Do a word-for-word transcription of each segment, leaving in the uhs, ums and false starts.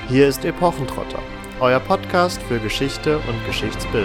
Hier ist Epochentrotter, euer Podcast für Geschichte und Geschichtsbildung.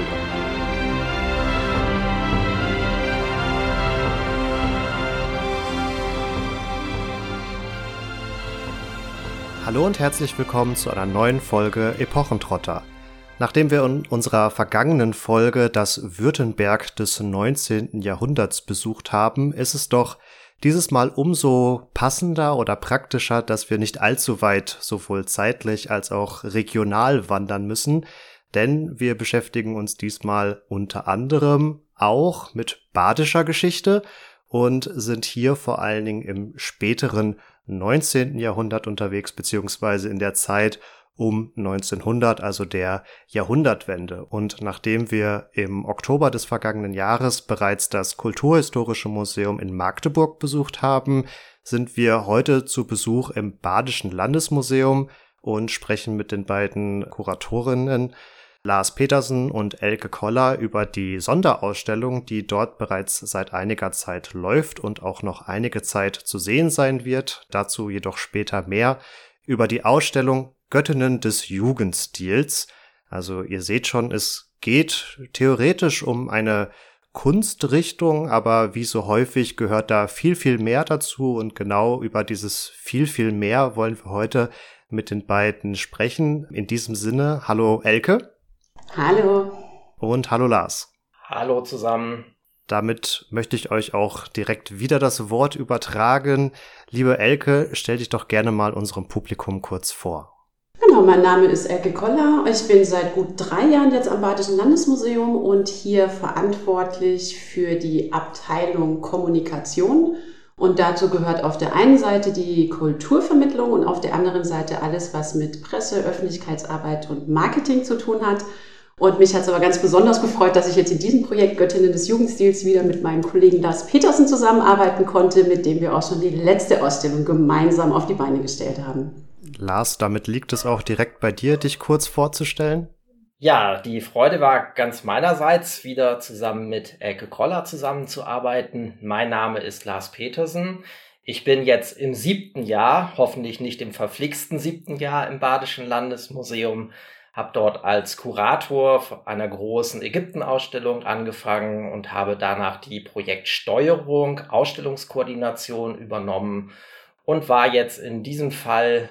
Hallo und herzlich willkommen zu einer neuen Folge Epochentrotter. Nachdem wir in unserer vergangenen Folge das Württemberg des neunzehnten Jahrhunderts besucht haben, ist es doch dieses Mal umso passender oder praktischer, dass wir nicht allzu weit sowohl zeitlich als auch regional wandern müssen, denn wir beschäftigen uns diesmal unter anderem auch mit badischer Geschichte und sind hier vor allen Dingen im späteren neunzehnten Jahrhundert unterwegs, beziehungsweise in der Zeit um neunzehnhundert, also der Jahrhundertwende. Und nachdem wir im Oktober des vergangenen Jahres bereits das Kulturhistorische Museum in Magdeburg besucht haben, sind wir heute zu Besuch im Badischen Landesmuseum und sprechen mit den beiden Kuratorinnen Lars Petersen und Elke Koller über die Sonderausstellung, die dort bereits seit einiger Zeit läuft und auch noch einige Zeit zu sehen sein wird. Dazu jedoch später mehr. Über die Ausstellung Göttinnen des Jugendstils. Also ihr seht schon, es geht theoretisch um eine Kunstrichtung, aber wie so häufig gehört da viel, viel mehr dazu und genau über dieses viel, viel mehr wollen wir heute mit den beiden sprechen. In diesem Sinne, hallo Elke. Hallo. Und hallo Lars. Hallo zusammen. Damit möchte ich euch auch direkt wieder das Wort übertragen. Liebe Elke, stell dich doch gerne mal unserem Publikum kurz vor. Genau, mein Name ist Elke Koller. Ich bin seit gut drei Jahren jetzt am Badischen Landesmuseum und hier verantwortlich für die Abteilung Kommunikation. Und dazu gehört auf der einen Seite die Kulturvermittlung und auf der anderen Seite alles, was mit Presse, Öffentlichkeitsarbeit und Marketing zu tun hat. Und mich hat es aber ganz besonders gefreut, dass ich jetzt in diesem Projekt Göttinnen des Jugendstils wieder mit meinem Kollegen Lars Petersen zusammenarbeiten konnte, mit dem wir auch schon die letzte Ausstellung gemeinsam auf die Beine gestellt haben. Lars, damit liegt es auch direkt bei dir, dich kurz vorzustellen. Ja, die Freude war ganz meinerseits, wieder zusammen mit Elke Koller zusammenzuarbeiten. Mein Name ist Lars Petersen. Ich bin jetzt im siebten Jahr, hoffentlich nicht im verflixten siebten Jahr im Badischen Landesmuseum, habe dort als Kurator einer großen Ägyptenausstellung angefangen und habe danach die Projektsteuerung, Ausstellungskoordination übernommen und war jetzt in diesem Fall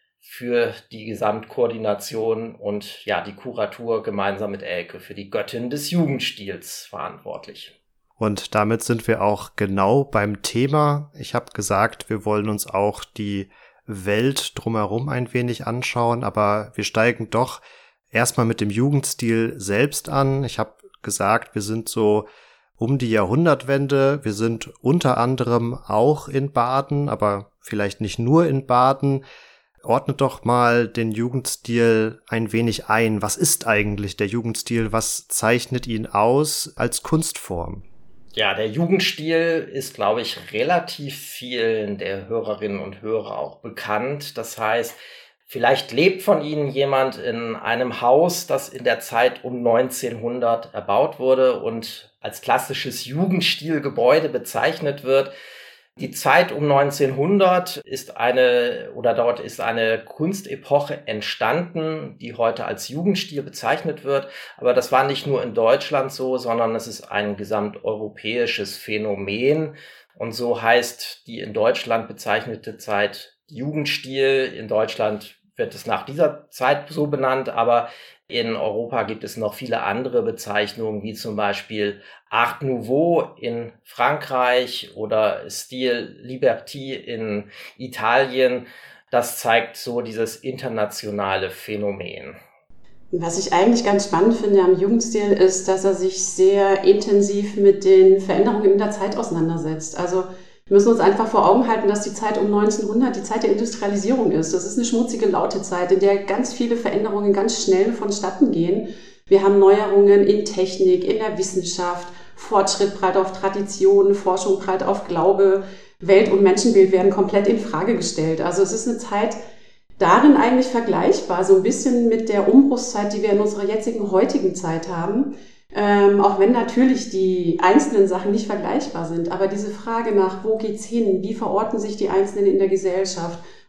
für die Gesamtkoordination und ja die Kuratur gemeinsam mit Elke für die Göttin des Jugendstils verantwortlich. Und damit sind wir auch genau beim Thema. Ich habe gesagt, wir wollen uns auch die Welt drumherum ein wenig anschauen, aber wir steigen doch erstmal mit dem Jugendstil selbst an. Ich habe gesagt, wir sind so um die Jahrhundertwende. Wir sind unter anderem auch in Baden, aber vielleicht nicht nur in Baden. Ordnet doch mal den Jugendstil ein wenig ein. Was ist eigentlich der Jugendstil? Was zeichnet ihn aus als Kunstform? Ja, der Jugendstil ist, glaube ich, relativ vielen der Hörerinnen und Hörer auch bekannt. Das heißt, vielleicht lebt von Ihnen jemand in einem Haus, das in der Zeit um neunzehnhundert erbaut wurde und als klassisches Jugendstilgebäude bezeichnet wird. Die Zeit um neunzehnhundert ist eine, oder dort ist eine Kunstepoche entstanden, die heute als Jugendstil bezeichnet wird. Aber das war nicht nur in Deutschland so, sondern es ist ein gesamteuropäisches Phänomen. Und so heißt die in Deutschland bezeichnete Zeit Jugendstil. In Deutschland wird es nach dieser Zeit so benannt, aber in Europa gibt es noch viele andere Bezeichnungen, wie zum Beispiel Art Nouveau in Frankreich oder Stil Liberty in Italien. Das zeigt so dieses internationale Phänomen. Was ich eigentlich ganz spannend finde am Jugendstil ist, dass er sich sehr intensiv mit den Veränderungen in der Zeit auseinandersetzt. Also wir müssen uns einfach vor Augen halten, dass die Zeit um neunzehnhundert die Zeit der Industrialisierung ist. Das ist eine schmutzige, laute Zeit, in der ganz viele Veränderungen ganz schnell vonstatten gehen. Wir haben Neuerungen in Technik, in der Wissenschaft, Fortschritt prallt auf Tradition, Forschung prallt auf Glaube, Welt- und Menschenbild werden komplett in Frage gestellt. Also es ist eine Zeit darin eigentlich vergleichbar, so ein bisschen mit der Umbruchszeit, die wir in unserer jetzigen, heutigen Zeit haben. Ähm, auch wenn natürlich die einzelnen Sachen nicht vergleichbar sind. Aber diese Frage nach, wo geht's hin? Wie verorten sich die Einzelnen in der Gesellschaft?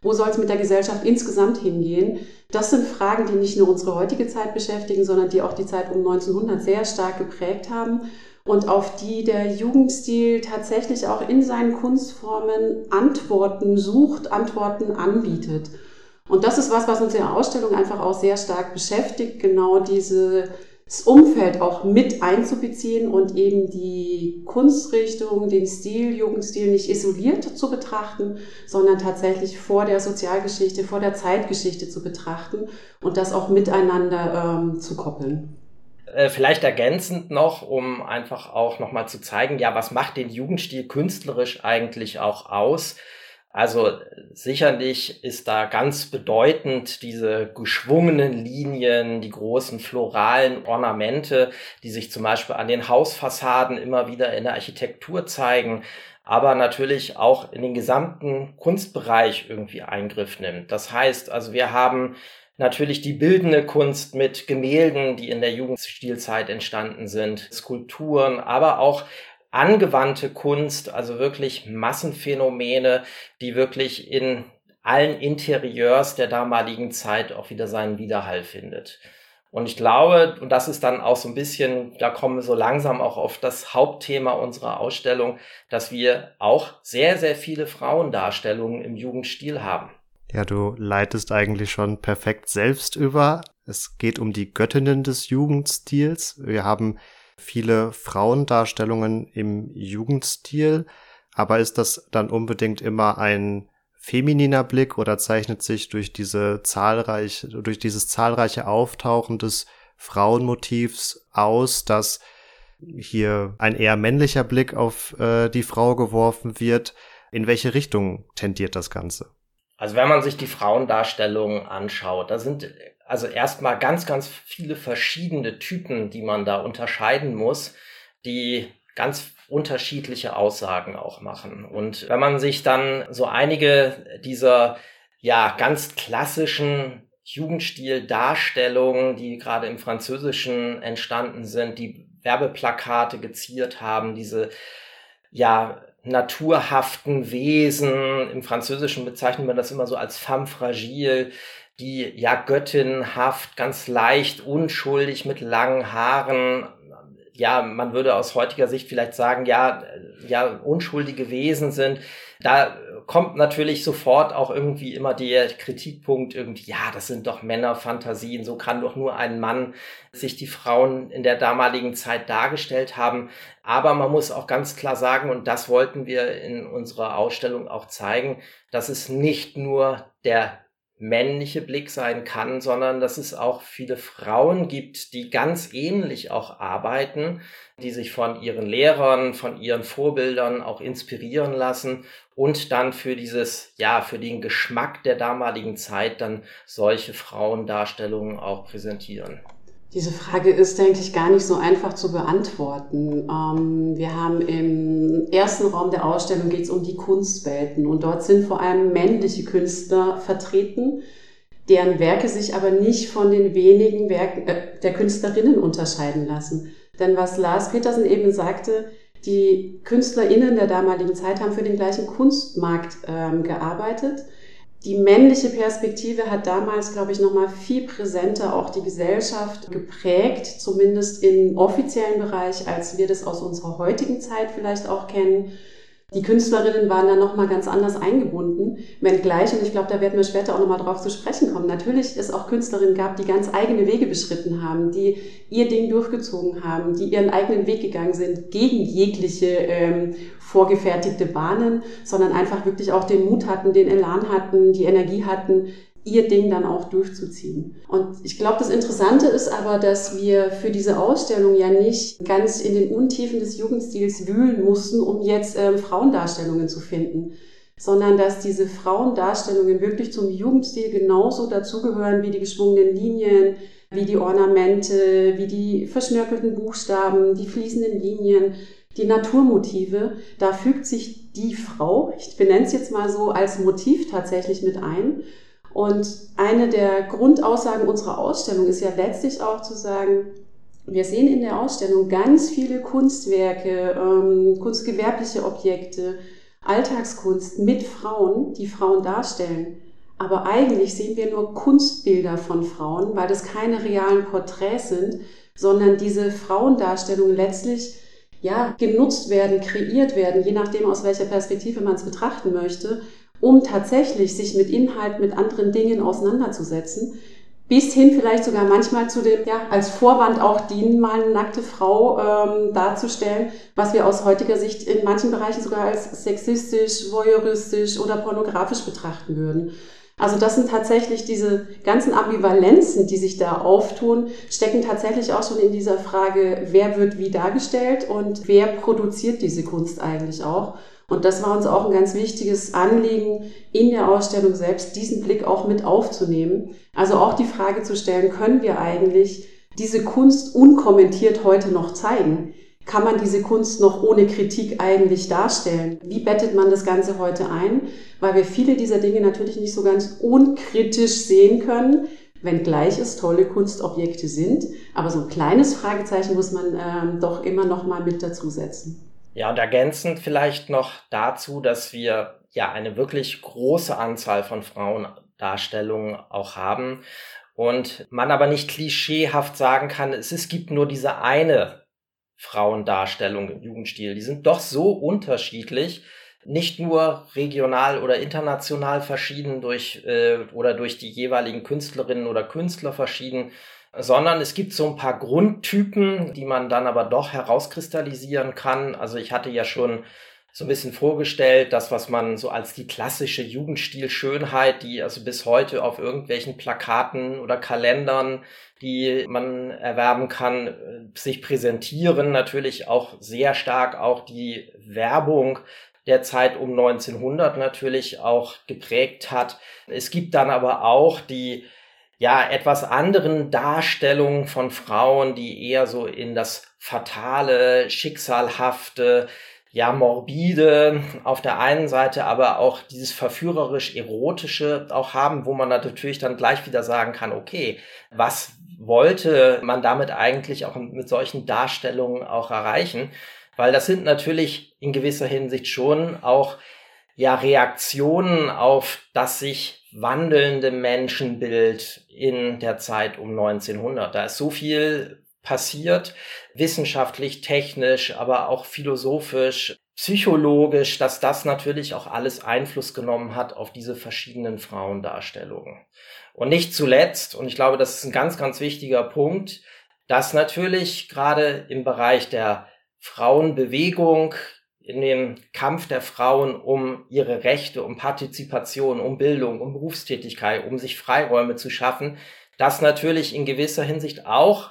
Wo soll es mit der Gesellschaft insgesamt hingehen? Das sind Fragen, die nicht nur unsere heutige Zeit beschäftigen, sondern die auch die Zeit um neunzehnhundert sehr stark geprägt haben und auf die der Jugendstil tatsächlich auch in seinen Kunstformen Antworten sucht, Antworten anbietet. Und das ist was, was uns in der Ausstellung einfach auch sehr stark beschäftigt, genau dieses Umfeld auch mit einzubeziehen und eben die Kunstrichtung, den Stil, Jugendstil nicht isoliert zu betrachten, sondern tatsächlich vor der Sozialgeschichte, vor der Zeitgeschichte zu betrachten und das auch miteinander ähm, zu koppeln. Vielleicht ergänzend noch, um einfach auch nochmal zu zeigen, ja, was macht den Jugendstil künstlerisch eigentlich auch aus? Also sicherlich ist da ganz bedeutend diese geschwungenen Linien, die großen floralen Ornamente, die sich zum Beispiel an den Hausfassaden immer wieder in der Architektur zeigen, aber natürlich auch in den gesamten Kunstbereich irgendwie Eingriff nimmt. Das heißt, also wir haben natürlich die bildende Kunst mit Gemälden, die in der Jugendstilzeit entstanden sind, Skulpturen, aber auch angewandte Kunst, also wirklich Massenphänomene, die wirklich in allen Interieurs der damaligen Zeit auch wieder seinen Widerhall findet. Und ich glaube, und das ist dann auch so ein bisschen, da kommen wir so langsam auch auf das Hauptthema unserer Ausstellung, dass wir auch sehr, sehr viele Frauendarstellungen im Jugendstil haben. Ja, du leitest eigentlich schon perfekt selbst über. Es geht um die Göttinnen des Jugendstils. Wir haben viele Frauendarstellungen im Jugendstil, aber ist das dann unbedingt immer ein femininer Blick oder zeichnet sich durch diese zahlreich, durch dieses zahlreiche Auftauchen des Frauenmotivs aus, dass hier ein eher männlicher Blick auf äh, die Frau geworfen wird? In welche Richtung tendiert das Ganze? Also wenn man sich die Frauendarstellungen anschaut, da sind also erstmal ganz, ganz viele verschiedene Typen, die man da unterscheiden muss, die ganz unterschiedliche Aussagen auch machen. Und wenn man sich dann so einige dieser ja ganz klassischen Jugendstil-Darstellungen, die gerade im Französischen entstanden sind, die Werbeplakate geziert haben, diese ja naturhaften Wesen, im Französischen bezeichnet man das immer so als femme fragile, die ja göttinhaft, ganz leicht, unschuldig mit langen Haaren, ja, man würde aus heutiger Sicht vielleicht sagen, ja, ja, unschuldige Wesen sind. Da kommt natürlich sofort auch irgendwie immer der Kritikpunkt irgendwie, ja, das sind doch Männerfantasien, so kann doch nur ein Mann sich die Frauen in der damaligen Zeit dargestellt haben. Aber man muss auch ganz klar sagen, und das wollten wir in unserer Ausstellung auch zeigen, dass es nicht nur der männliche Blick sein kann, sondern dass es auch viele Frauen gibt, die ganz ähnlich auch arbeiten, die sich von ihren Lehrern, von ihren Vorbildern auch inspirieren lassen und dann für dieses, ja, für den Geschmack der damaligen Zeit dann solche Frauendarstellungen auch präsentieren. Diese Frage ist, denke ich, gar nicht so einfach zu beantworten. Ähm, wir haben im ersten Raum der Ausstellung geht es um die Kunstwelten und dort sind vor allem männliche Künstler vertreten, deren Werke sich aber nicht von den wenigen Werken äh, der Künstlerinnen unterscheiden lassen. Denn was Lars Petersen eben sagte, die KünstlerInnen der damaligen Zeit haben für den gleichen Kunstmarkt ähm, gearbeitet. Die männliche Perspektive hat damals, glaube ich, nochmal viel präsenter auch die Gesellschaft geprägt, zumindest im offiziellen Bereich, als wir das aus unserer heutigen Zeit vielleicht auch kennen. Die Künstlerinnen waren da nochmal ganz anders eingebunden, wenngleich, und ich glaube, da werden wir später auch nochmal drauf zu sprechen kommen, natürlich es auch Künstlerinnen gab, die ganz eigene Wege beschritten haben, die ihr Ding durchgezogen haben, die ihren eigenen Weg gegangen sind, gegen jegliche ähm, vorgefertigte Bahnen, sondern einfach wirklich auch den Mut hatten, den Elan hatten, die Energie hatten, ihr Ding dann auch durchzuziehen. Und ich glaube, das Interessante ist aber, dass wir für diese Ausstellung ja nicht ganz in den Untiefen des Jugendstils wühlen mussten, um jetzt ähm, Frauendarstellungen zu finden, sondern dass diese Frauendarstellungen wirklich zum Jugendstil genauso dazugehören wie die geschwungenen Linien, wie die Ornamente, wie die verschnörkelten Buchstaben, die fließenden Linien, die Naturmotive. Da fügt sich die Frau, ich benenne es jetzt mal so, als Motiv tatsächlich mit ein. Und eine der Grundaussagen unserer Ausstellung ist ja letztlich auch zu sagen, wir sehen in der Ausstellung ganz viele Kunstwerke, ähm, kunstgewerbliche Objekte, Alltagskunst mit Frauen, die Frauen darstellen. Aber eigentlich sehen wir nur Kunstbilder von Frauen, weil das keine realen Porträts sind, sondern diese Frauendarstellungen letztlich ja, genutzt werden, kreiert werden, je nachdem, aus welcher Perspektive man es betrachten möchte, um tatsächlich sich mit Inhalten, mit anderen Dingen auseinanderzusetzen, bis hin vielleicht sogar manchmal zu dem, ja, als Vorwand auch dienen, mal eine nackte Frau ähm, darzustellen, was wir aus heutiger Sicht in manchen Bereichen sogar als sexistisch, voyeuristisch oder pornografisch betrachten würden. Also das sind tatsächlich diese ganzen Ambivalenzen, die sich da auftun, stecken tatsächlich auch schon in dieser Frage, wer wird wie dargestellt und wer produziert diese Kunst eigentlich auch. Und das war uns auch ein ganz wichtiges Anliegen in der Ausstellung selbst, diesen Blick auch mit aufzunehmen. Also auch die Frage zu stellen, können wir eigentlich diese Kunst unkommentiert heute noch zeigen? Kann man diese Kunst noch ohne Kritik eigentlich darstellen? Wie bettet man das Ganze heute ein? Weil wir viele dieser Dinge natürlich nicht so ganz unkritisch sehen können, wenngleich es tolle Kunstobjekte sind. Aber so ein kleines Fragezeichen muss man ähm, doch immer noch mal mit dazu setzen. Ja, und ergänzend vielleicht noch dazu, dass wir ja eine wirklich große Anzahl von Frauendarstellungen auch haben und man aber nicht klischeehaft sagen kann, es, es gibt nur diese eine Frauendarstellung im Jugendstil. Die sind doch so unterschiedlich, nicht nur regional oder international verschieden durch äh, oder durch die jeweiligen Künstlerinnen oder Künstler verschieden, sondern es gibt so ein paar Grundtypen, die man dann aber doch herauskristallisieren kann. Also ich hatte ja schon so ein bisschen vorgestellt, das, was man so als die klassische Jugendstil-Schönheit, die also bis heute auf irgendwelchen Plakaten oder Kalendern, die man erwerben kann, sich präsentieren. Natürlich auch sehr stark auch die Werbung der Zeit um neunzehnhundert natürlich auch geprägt hat. Es gibt dann aber auch die ja etwas anderen Darstellungen von Frauen, die eher so in das fatale, schicksalhafte, ja, morbide auf der einen Seite, aber auch dieses verführerisch-erotische auch haben, wo man natürlich dann gleich wieder sagen kann, okay, was wollte man damit eigentlich auch mit solchen Darstellungen auch erreichen? Weil das sind natürlich in gewisser Hinsicht schon auch ja Reaktionen auf das sich wandelnde Menschenbild in der Zeit um neunzehnhundert. Da ist so viel passiert, wissenschaftlich, technisch, aber auch philosophisch, psychologisch, dass das natürlich auch alles Einfluss genommen hat auf diese verschiedenen Frauendarstellungen. Und nicht zuletzt, und ich glaube, das ist ein ganz, ganz wichtiger Punkt, dass natürlich gerade im Bereich der Frauenbewegung, in dem Kampf der Frauen um ihre Rechte, um Partizipation, um Bildung, um Berufstätigkeit, um sich Freiräume zu schaffen, das natürlich in gewisser Hinsicht auch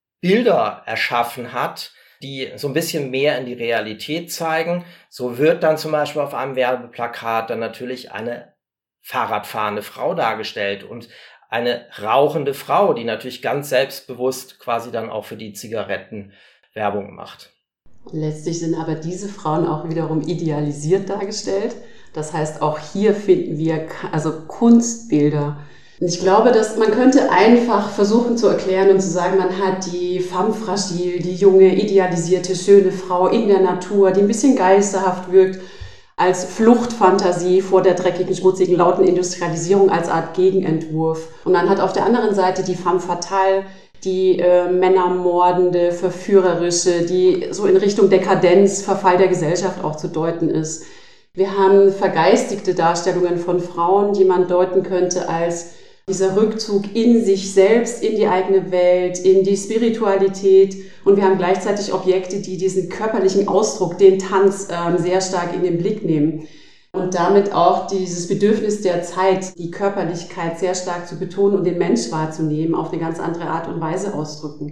Bilder erschaffen hat, die so ein bisschen mehr in die Realität zeigen. So wird dann zum Beispiel auf einem Werbeplakat dann natürlich eine Fahrradfahrende Frau dargestellt und eine rauchende Frau, die natürlich ganz selbstbewusst quasi dann auch für die Zigaretten Werbung macht. Letztlich sind aber diese Frauen auch wiederum idealisiert dargestellt. Das heißt, auch hier finden wir also Kunstbilder. Und ich glaube, dass man könnte einfach versuchen zu erklären und zu sagen, man hat die femme fragile, die junge, idealisierte, schöne Frau in der Natur, die ein bisschen geisterhaft wirkt, als Fluchtfantasie vor der dreckigen, schmutzigen, lauten Industrialisierung als Art Gegenentwurf. Und man hat auf der anderen Seite die femme fatale, die äh, männermordende, verführerische, die so in Richtung Dekadenz, Verfall der Gesellschaft auch zu deuten ist. Wir haben vergeistigte Darstellungen von Frauen, die man deuten könnte als dieser Rückzug in sich selbst, in die eigene Welt, in die Spiritualität. Und wir haben gleichzeitig Objekte, die diesen körperlichen Ausdruck, den Tanz, ähm, sehr stark in den Blick nehmen. Und damit auch dieses Bedürfnis der Zeit, die Körperlichkeit sehr stark zu betonen und den Mensch wahrzunehmen, auf eine ganz andere Art und Weise ausdrücken.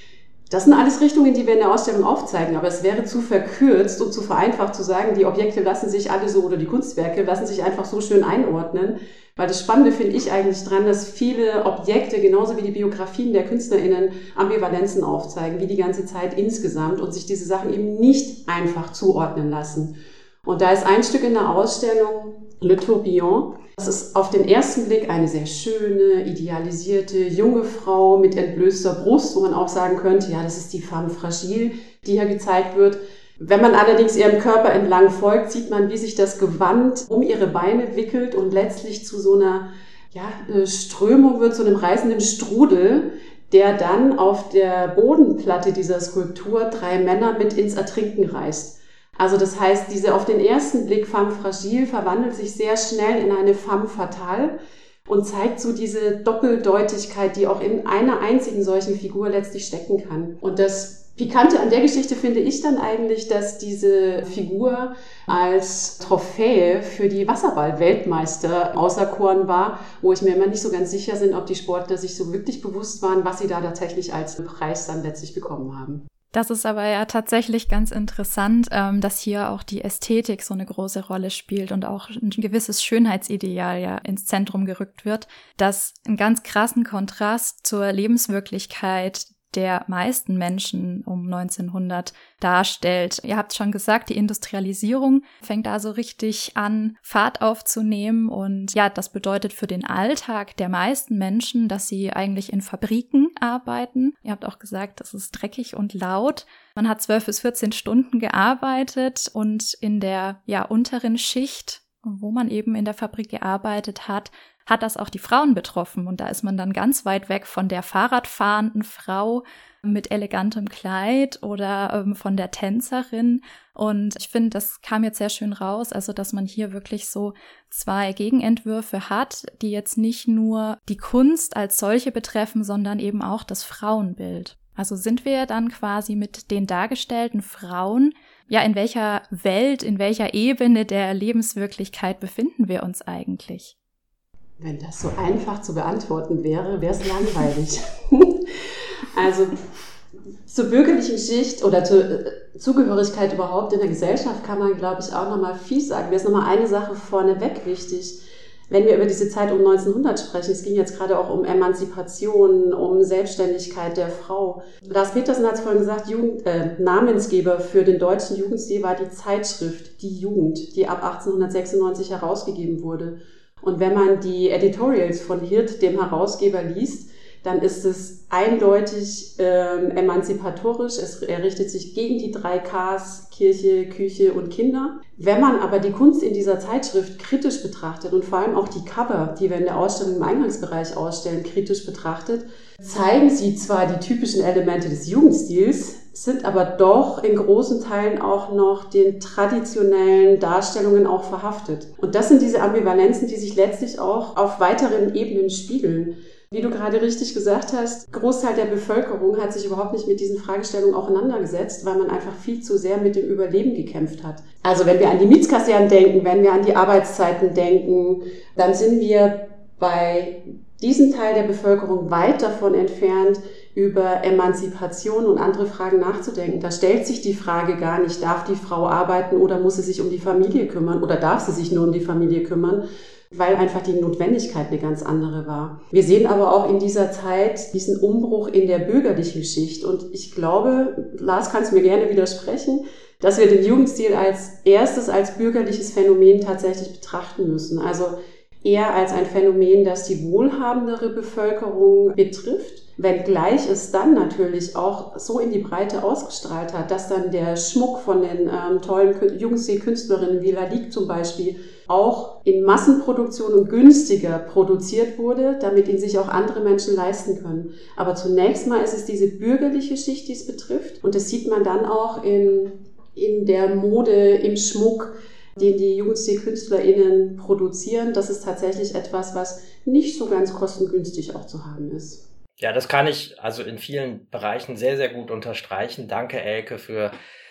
Das sind alles Richtungen, die wir in der Ausstellung aufzeigen, aber es wäre zu verkürzt und zu vereinfacht zu sagen, die Objekte lassen sich alle so, oder die Kunstwerke lassen sich einfach so schön einordnen, weil das Spannende finde ich eigentlich dran, dass viele Objekte, genauso wie die Biografien der KünstlerInnen, Ambivalenzen aufzeigen, wie die ganze Zeit insgesamt, und sich diese Sachen eben nicht einfach zuordnen lassen. Und da ist ein Stück in der Ausstellung, Le Tourbillon. Das ist auf den ersten Blick eine sehr schöne, idealisierte, junge Frau mit entblößter Brust, wo man auch sagen könnte, ja, das ist die femme fragile, die hier gezeigt wird. Wenn man allerdings ihrem Körper entlang folgt, sieht man, wie sich das Gewand um ihre Beine wickelt und letztlich zu so einer ja, Strömung wird, zu einem reißenden Strudel, der dann auf der Bodenplatte dieser Skulptur drei Männer mit ins Ertrinken reißt. Also das heißt, diese auf den ersten Blick femme fragile verwandelt sich sehr schnell in eine femme fatale und zeigt so diese Doppeldeutigkeit, die auch in einer einzigen solchen Figur letztlich stecken kann. Und das Pikante an der Geschichte finde ich dann eigentlich, dass diese Figur als Trophäe für die Wasserball-Weltmeister auserkoren war, wo ich mir immer nicht so ganz sicher bin, ob die Sportler sich so wirklich bewusst waren, was sie da tatsächlich als Preis dann letztlich bekommen haben. Das ist aber ja tatsächlich ganz interessant, dass hier auch die Ästhetik so eine große Rolle spielt und auch ein gewisses Schönheitsideal ja ins Zentrum gerückt wird, das einen ganz krassen Kontrast zur Lebenswirklichkeit der meisten Menschen um neunzehnhundert darstellt. Ihr habt schon gesagt, die Industrialisierung fängt also richtig an, Fahrt aufzunehmen und ja, das bedeutet für den Alltag der meisten Menschen, dass sie eigentlich in Fabriken arbeiten. Ihr habt auch gesagt, das ist dreckig und laut. Man hat zwölf bis vierzehn Stunden gearbeitet und in der ja unteren Schicht, wo man eben in der Fabrik gearbeitet hat, hat das auch die Frauen betroffen. Und da ist man dann ganz weit weg von der Fahrradfahrenden Frau mit elegantem Kleid oder ähm, von der Tänzerin. Und ich finde, das kam jetzt sehr schön raus, also dass man hier wirklich so zwei Gegenentwürfe hat, die jetzt nicht nur die Kunst als solche betreffen, sondern eben auch das Frauenbild. Also sind wir dann quasi mit den dargestellten Frauen, ja, in welcher Welt, in welcher Ebene der Lebenswirklichkeit befinden wir uns eigentlich? Wenn das so einfach zu beantworten wäre, wäre es langweilig. Also zur bürgerlichen Schicht oder zur Zugehörigkeit überhaupt in der Gesellschaft kann man, glaube ich, auch nochmal viel sagen. Mir ist nochmal eine Sache vorneweg wichtig. Wenn wir über diese Zeit um neunzehnhundert sprechen, es ging jetzt gerade auch um Emanzipation, um Selbstständigkeit der Frau. Lars Petersen hat es vorhin gesagt, Jugend, äh, Namensgeber für den deutschen Jugendstil war die Zeitschrift Die Jugend, die ab achtzehnhundertsechsundneunzig herausgegeben wurde. Und wenn man die Editorials von Hirt, dem Herausgeber, liest, dann ist es eindeutig ähm, emanzipatorisch. Es, er richtet sich gegen die drei Ks, Kirche, Küche und Kinder. Wenn man aber die Kunst in dieser Zeitschrift kritisch betrachtet und vor allem auch die Cover, die wir in der Ausstellung im Eingangsbereich ausstellen, kritisch betrachtet, zeigen sie zwar die typischen Elemente des Jugendstils, sind aber doch in großen Teilen auch noch den traditionellen Darstellungen auch verhaftet. Und das sind diese Ambivalenzen, die sich letztlich auch auf weiteren Ebenen spiegeln. Wie du gerade richtig gesagt hast, Großteil der Bevölkerung hat sich überhaupt nicht mit diesen Fragestellungen auseinandergesetzt, weil man einfach viel zu sehr mit dem Überleben gekämpft hat. Also wenn wir an die Mietskasernen denken, wenn wir an die Arbeitszeiten denken, dann sind wir bei diesem Teil der Bevölkerung weit davon entfernt, über Emanzipation und andere Fragen nachzudenken. Da stellt sich die Frage gar nicht, darf die Frau arbeiten oder muss sie sich um die Familie kümmern oder darf sie sich nur um die Familie kümmern, weil einfach die Notwendigkeit eine ganz andere war. Wir sehen aber auch in dieser Zeit diesen Umbruch in der bürgerlichen Schicht und ich glaube, Lars, kannst du mir gerne widersprechen, dass wir den Jugendstil als erstes als bürgerliches Phänomen tatsächlich betrachten müssen. Also eher als ein Phänomen, das die wohlhabendere Bevölkerung betrifft, wenngleich es dann natürlich auch so in die Breite ausgestrahlt hat, dass dann der Schmuck von den ähm, tollen Jugendstil-Künstlerinnen wie Lalique zum Beispiel auch in Massenproduktion und günstiger produziert wurde, damit ihn sich auch andere Menschen leisten können. Aber zunächst mal ist es diese bürgerliche Schicht, die es betrifft. Und das sieht man dann auch in, in der Mode, im Schmuck, den die JugendstilkünstlerInnen produzieren. Das ist tatsächlich etwas, was nicht so ganz kostengünstig auch zu haben ist. Ja, das kann ich also in vielen Bereichen sehr, sehr gut unterstreichen. Danke, Elke, für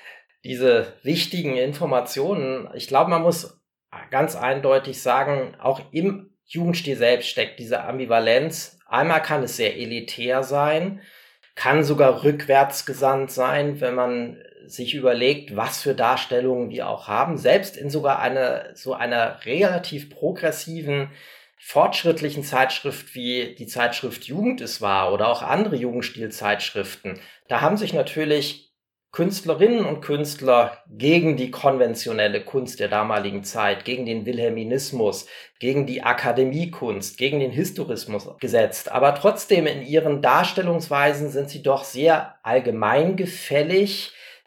diese wichtigen Informationen. Ich glaube, man muss ganz eindeutig sagen, auch im Jugendstil selbst steckt diese Ambivalenz. Einmal kann es sehr elitär sein, kann sogar rückwärtsgesandt sein, wenn man sich überlegt, was für Darstellungen wir auch haben. Selbst in sogar eine, so einer relativ progressiven, fortschrittlichen Zeitschrift wie die Zeitschrift Jugend es war oder auch andere Jugendstilzeitschriften, da haben sich natürlich Künstlerinnen und Künstler gegen die konventionelle Kunst der damaligen Zeit, gegen den Wilhelminismus, gegen die Akademiekunst, gegen den Historismus gesetzt. Aber trotzdem in ihren Darstellungsweisen sind sie doch sehr allgemeingefällig,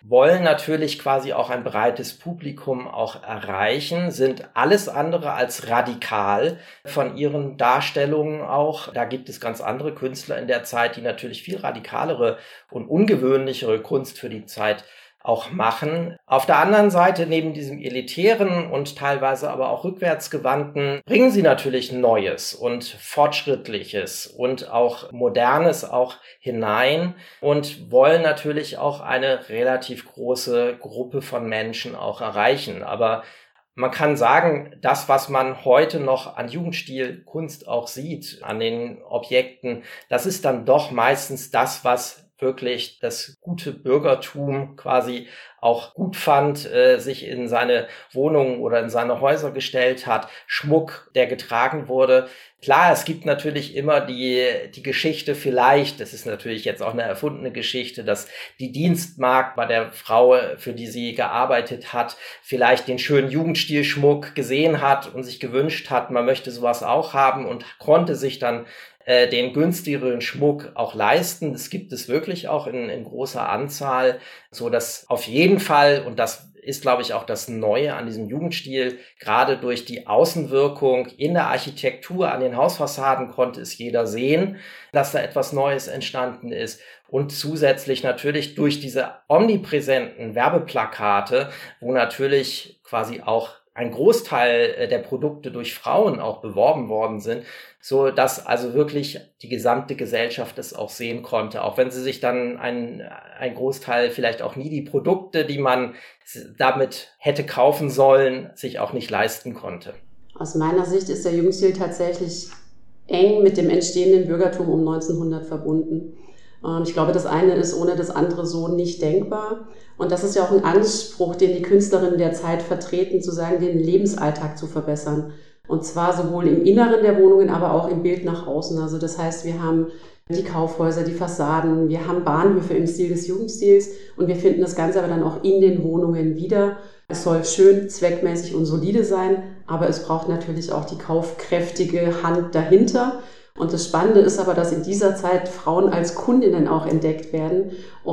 wollen natürlich quasi auch ein breites Publikum auch erreichen, sind alles andere als radikal von ihren Darstellungen auch. Da gibt es ganz andere Künstler in der Zeit, die natürlich viel radikalere und ungewöhnlichere Kunst für die Zeit auch machen. Auf der anderen Seite, neben diesem elitären und teilweise aber auch rückwärtsgewandten, bringen sie natürlich Neues und Fortschrittliches und auch Modernes auch hinein und wollen natürlich auch eine relativ große Gruppe von Menschen auch erreichen. Aber man kann sagen, das, was man heute noch an Jugendstilkunst auch sieht, an den Objekten, das ist dann doch meistens das, was wirklich das gute Bürgertum quasi auch gut fand, äh, sich in seine Wohnungen oder in seine Häuser gestellt hat, Schmuck, der getragen wurde. Klar, es gibt natürlich immer die die Geschichte vielleicht, das ist natürlich jetzt auch eine erfundene Geschichte, dass die Dienstmagd bei der Frau, für die sie gearbeitet hat, vielleicht den schönen Jugendstilschmuck gesehen hat und sich gewünscht hat, man möchte sowas auch haben und konnte sich dann äh, den günstigeren Schmuck auch leisten. Das gibt es wirklich auch in, in großer Anzahl, so dass auf jeden Fall, und das ist, glaube ich, auch das Neue an diesem Jugendstil, gerade durch die Außenwirkung in der Architektur, an den Hausfassaden konnte es jeder sehen, dass da etwas Neues entstanden ist. Und zusätzlich natürlich durch diese omnipräsenten Werbeplakate, wo natürlich quasi auch ein Großteil der Produkte durch Frauen auch beworben worden sind, so dass also wirklich die gesamte Gesellschaft es auch sehen konnte, auch wenn sie sich dann ein, ein Großteil vielleicht auch nie die Produkte, die man damit hätte kaufen sollen, sich auch nicht leisten konnte. Aus meiner Sicht ist der Jugendstil tatsächlich eng mit dem entstehenden Bürgertum um neunzehnhundert verbunden. Ich glaube, das eine ist ohne das andere so nicht denkbar. Und das ist ja auch ein Anspruch, den die Künstlerinnen der Zeit vertreten, zu sagen, den Lebensalltag zu verbessern. Und zwar sowohl im Inneren der Wohnungen, aber auch im Bild nach außen. Also das heißt, wir haben die Kaufhäuser, die Fassaden, wir haben Bahnhöfe im Stil des Jugendstils und wir finden das Ganze aber dann auch in den Wohnungen wieder. Es soll schön, zweckmäßig und solide sein, aber es braucht natürlich auch die kaufkräftige Hand dahinter. Und das Spannende ist aber, dass in dieser Zeit Frauen als Kundinnen auch entdeckt werden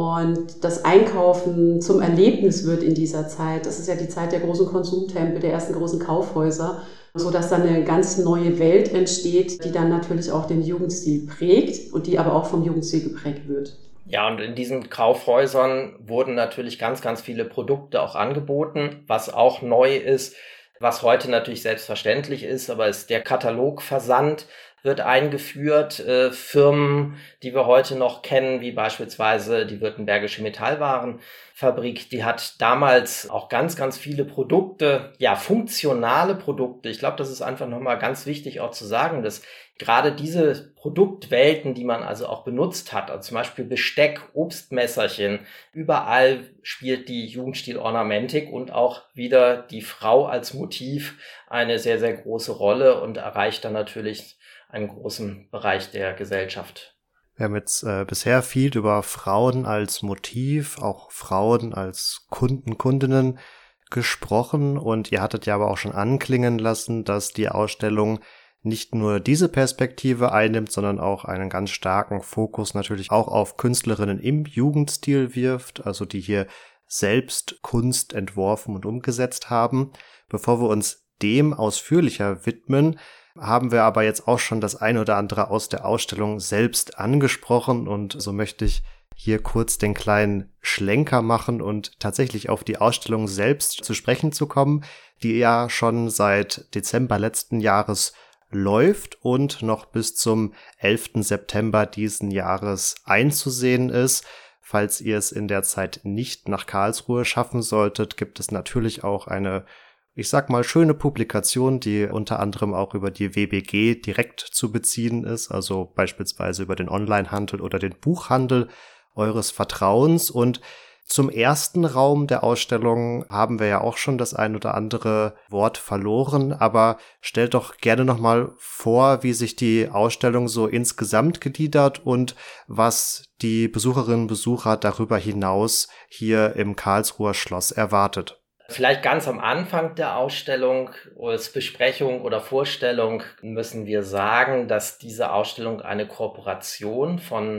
und das Einkaufen zum Erlebnis wird in dieser Zeit. Das ist ja die Zeit der großen Konsumtempel, der ersten großen Kaufhäuser, so dass dann eine ganz neue Welt entsteht, die dann natürlich auch den Jugendstil prägt und die aber auch vom Jugendstil geprägt wird. Ja, und in diesen Kaufhäusern wurden natürlich ganz, ganz viele Produkte auch angeboten, was auch neu ist, was heute natürlich selbstverständlich ist, aber ist der Katalogversand wird eingeführt. Äh, Firmen, die wir heute noch kennen, wie beispielsweise die Württembergische Metallwarenfabrik, die hat damals auch ganz, ganz viele Produkte, ja, funktionale Produkte. Ich glaube, das ist einfach nochmal ganz wichtig auch zu sagen, dass gerade diese Produktwelten, die man also auch benutzt hat, also zum Beispiel Besteck, Obstmesserchen, überall spielt die Jugendstil-Ornamentik und auch wieder die Frau als Motiv eine sehr, sehr große Rolle und erreicht dann natürlich einen großen Bereich der Gesellschaft. Wir haben jetzt äh, bisher viel über Frauen als Motiv, auch Frauen als Kunden, Kundinnen gesprochen und ihr hattet ja aber auch schon anklingen lassen, dass die Ausstellung nicht nur diese Perspektive einnimmt, sondern auch einen ganz starken Fokus natürlich auch auf Künstlerinnen im Jugendstil wirft, also die hier selbst Kunst entworfen und umgesetzt haben. Bevor wir uns dem ausführlicher widmen, haben wir aber jetzt auch schon das ein oder andere aus der Ausstellung selbst angesprochen und so möchte ich hier kurz den kleinen Schlenker machen und tatsächlich auf die Ausstellung selbst zu sprechen zu kommen, die ja schon seit Dezember letzten Jahres läuft und noch bis zum elften September diesen Jahres einzusehen ist. Falls ihr es in der Zeit nicht nach Karlsruhe schaffen solltet, gibt es natürlich auch eine, ich sag mal, schöne Publikation, die unter anderem auch über die W B G direkt zu beziehen ist, also beispielsweise über den Onlinehandel oder den Buchhandel eures Vertrauens. Und zum ersten Raum der Ausstellung haben wir ja auch schon das ein oder andere Wort verloren, aber stellt doch gerne nochmal vor, wie sich die Ausstellung so insgesamt gliedert und was die Besucherinnen und Besucher darüber hinaus hier im Karlsruher Schloss erwartet. Vielleicht ganz am Anfang der Ausstellung als Besprechung oder Vorstellung müssen wir sagen, dass diese Ausstellung eine Kooperation von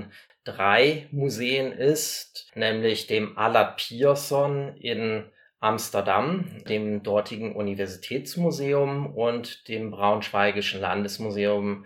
drei Museen ist, nämlich dem Allard Pierson in Amsterdam, dem dortigen Universitätsmuseum und dem Braunschweigischen Landesmuseum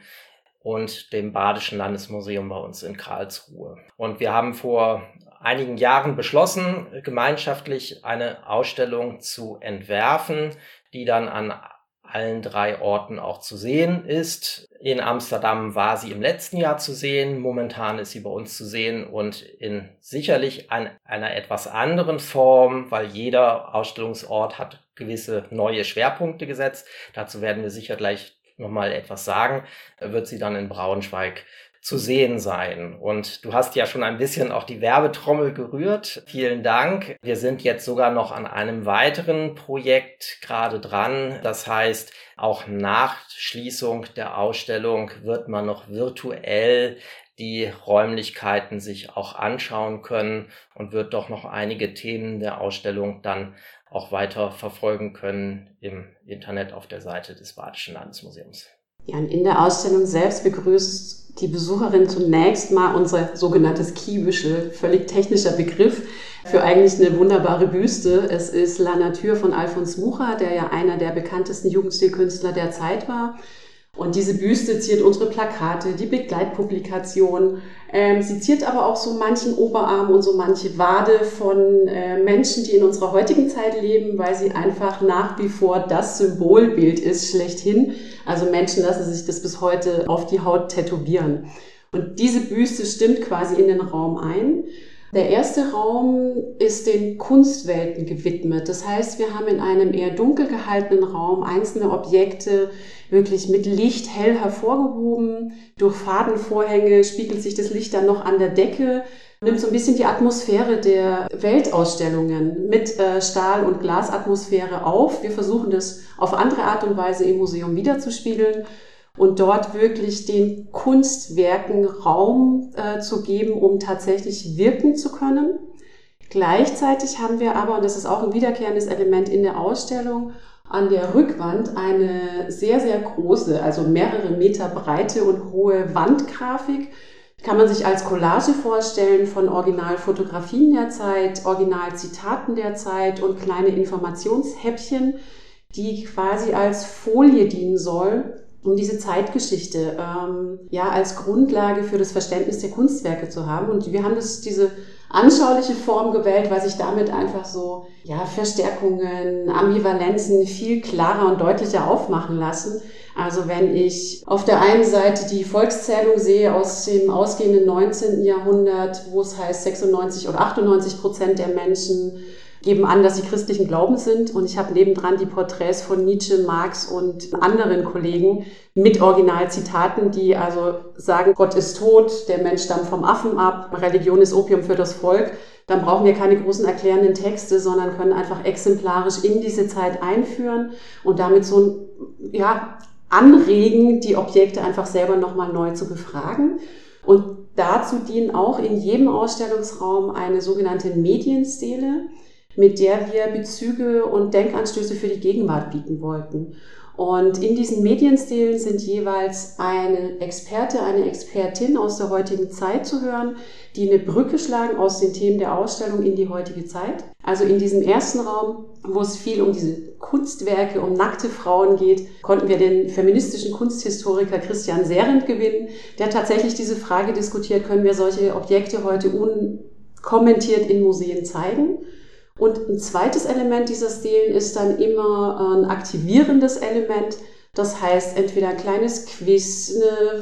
und dem Badischen Landesmuseum bei uns in Karlsruhe. Und wir haben vor einigen Jahren beschlossen, gemeinschaftlich eine Ausstellung zu entwerfen, die dann an allen drei Orten auch zu sehen ist. In Amsterdam war sie im letzten Jahr zu sehen, momentan ist sie bei uns zu sehen und in sicherlich an einer etwas anderen Form, weil jeder Ausstellungsort hat gewisse neue Schwerpunkte gesetzt. Dazu werden wir sicher gleich nochmal etwas sagen, wird sie dann in Braunschweig zu sehen sein. Und du hast ja schon ein bisschen auch die Werbetrommel gerührt. Vielen Dank. Wir sind jetzt sogar noch an einem weiteren Projekt gerade dran. Das heißt, auch nach Schließung der Ausstellung wird man noch virtuell die Räumlichkeiten sich auch anschauen können und wird doch noch einige Themen der Ausstellung dann auch weiter verfolgen können im Internet auf der Seite des Badischen Landesmuseums. Ja, und in der Ausstellung selbst begrüßt die Besucherin zunächst mal unser sogenanntes Kiebische, völlig technischer Begriff für eigentlich eine wunderbare Büste. Es ist La Nature von Alfons Mucha, der ja einer der bekanntesten Jugendstilkünstler der Zeit war. Und diese Büste ziert unsere Plakate, die Begleitpublikation. Ähm, sie ziert aber auch so manchen Oberarm und so manche Wade von äh, Menschen, die in unserer heutigen Zeit leben, weil sie einfach nach wie vor das Symbolbild ist, schlechthin. Also Menschen lassen sich das bis heute auf die Haut tätowieren. Und diese Büste stimmt quasi in den Raum ein. Der erste Raum ist den Kunstwelten gewidmet. Das heißt, wir haben in einem eher dunkel gehaltenen Raum einzelne Objekte wirklich mit Licht hell hervorgehoben. Durch Fadenvorhänge spiegelt sich das Licht dann noch an der Decke, nimmt so ein bisschen die Atmosphäre der Weltausstellungen mit äh, Stahl- und Glasatmosphäre auf. Wir versuchen das auf andere Art und Weise im Museum wiederzuspiegeln und dort wirklich den Kunstwerken Raum äh, zu geben, um tatsächlich wirken zu können. Gleichzeitig haben wir aber, und das ist auch ein wiederkehrendes Element in der Ausstellung, an der Rückwand eine sehr, sehr große, also mehrere Meter breite und hohe Wandgrafik. Kann man sich als Collage vorstellen von Originalfotografien der Zeit, Originalzitaten der Zeit und kleine Informationshäppchen, die quasi als Folie dienen soll, um diese Zeitgeschichte ähm, ja als Grundlage für das Verständnis der Kunstwerke zu haben. Und wir haben das, diese anschauliche Form gewählt, weil sich damit einfach so ja Verstärkungen, Ambivalenzen viel klarer und deutlicher aufmachen lassen. Also wenn ich auf der einen Seite die Volkszählung sehe aus dem ausgehenden neunzehnten Jahrhundert, wo es heißt sechsundneunzig oder achtundneunzig Prozent der Menschen geben an, dass sie christlichen Glaubens sind. Und ich habe nebendran die Porträts von Nietzsche, Marx und anderen Kollegen mit Originalzitaten, die also sagen, Gott ist tot, der Mensch stammt vom Affen ab, Religion ist Opium für das Volk. Dann brauchen wir keine großen erklärenden Texte, sondern können einfach exemplarisch in diese Zeit einführen und damit so ja, anregen, die Objekte einfach selber nochmal neu zu befragen. Und dazu dienen auch in jedem Ausstellungsraum eine sogenannte Medienstele, mit der wir Bezüge und Denkanstöße für die Gegenwart bieten wollten. Und in diesen Medienstelen sind jeweils eine Experte, eine Expertin aus der heutigen Zeit zu hören, die eine Brücke schlagen aus den Themen der Ausstellung in die heutige Zeit. Also in diesem ersten Raum, wo es viel um diese Kunstwerke, um nackte Frauen geht, konnten wir den feministischen Kunsthistoriker Christian Serent gewinnen, der tatsächlich diese Frage diskutiert, können wir solche Objekte heute unkommentiert in Museen zeigen? Und ein zweites Element dieser Stelen ist dann immer ein aktivierendes Element. Das heißt, entweder ein kleines Quiz, eine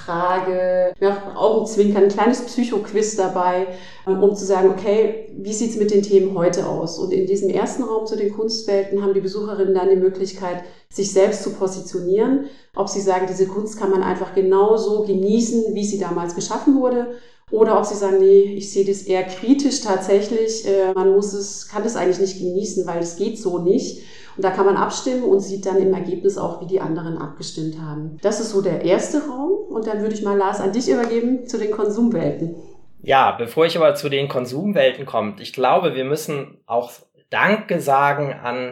Frage, ja, Augenzwinkern, ein kleines Psychoquiz dabei, um zu sagen, okay, wie sieht's mit den Themen heute aus? Und in diesem ersten Raum zu den Kunstwelten haben die Besucherinnen dann die Möglichkeit, sich selbst zu positionieren. Ob sie sagen, diese Kunst kann man einfach genauso genießen, wie sie damals geschaffen wurde. Oder ob sie sagen, nee, ich sehe das eher kritisch tatsächlich, man muss es, kann es eigentlich nicht genießen, weil es geht so nicht. Und da kann man abstimmen und sieht dann im Ergebnis auch, wie die anderen abgestimmt haben. Das ist so der erste Raum. Und dann würde ich mal, Lars, an dich übergeben zu den Konsumwelten. Ja, bevor ich aber zu den Konsumwelten komme, ich glaube, wir müssen auch Danke sagen an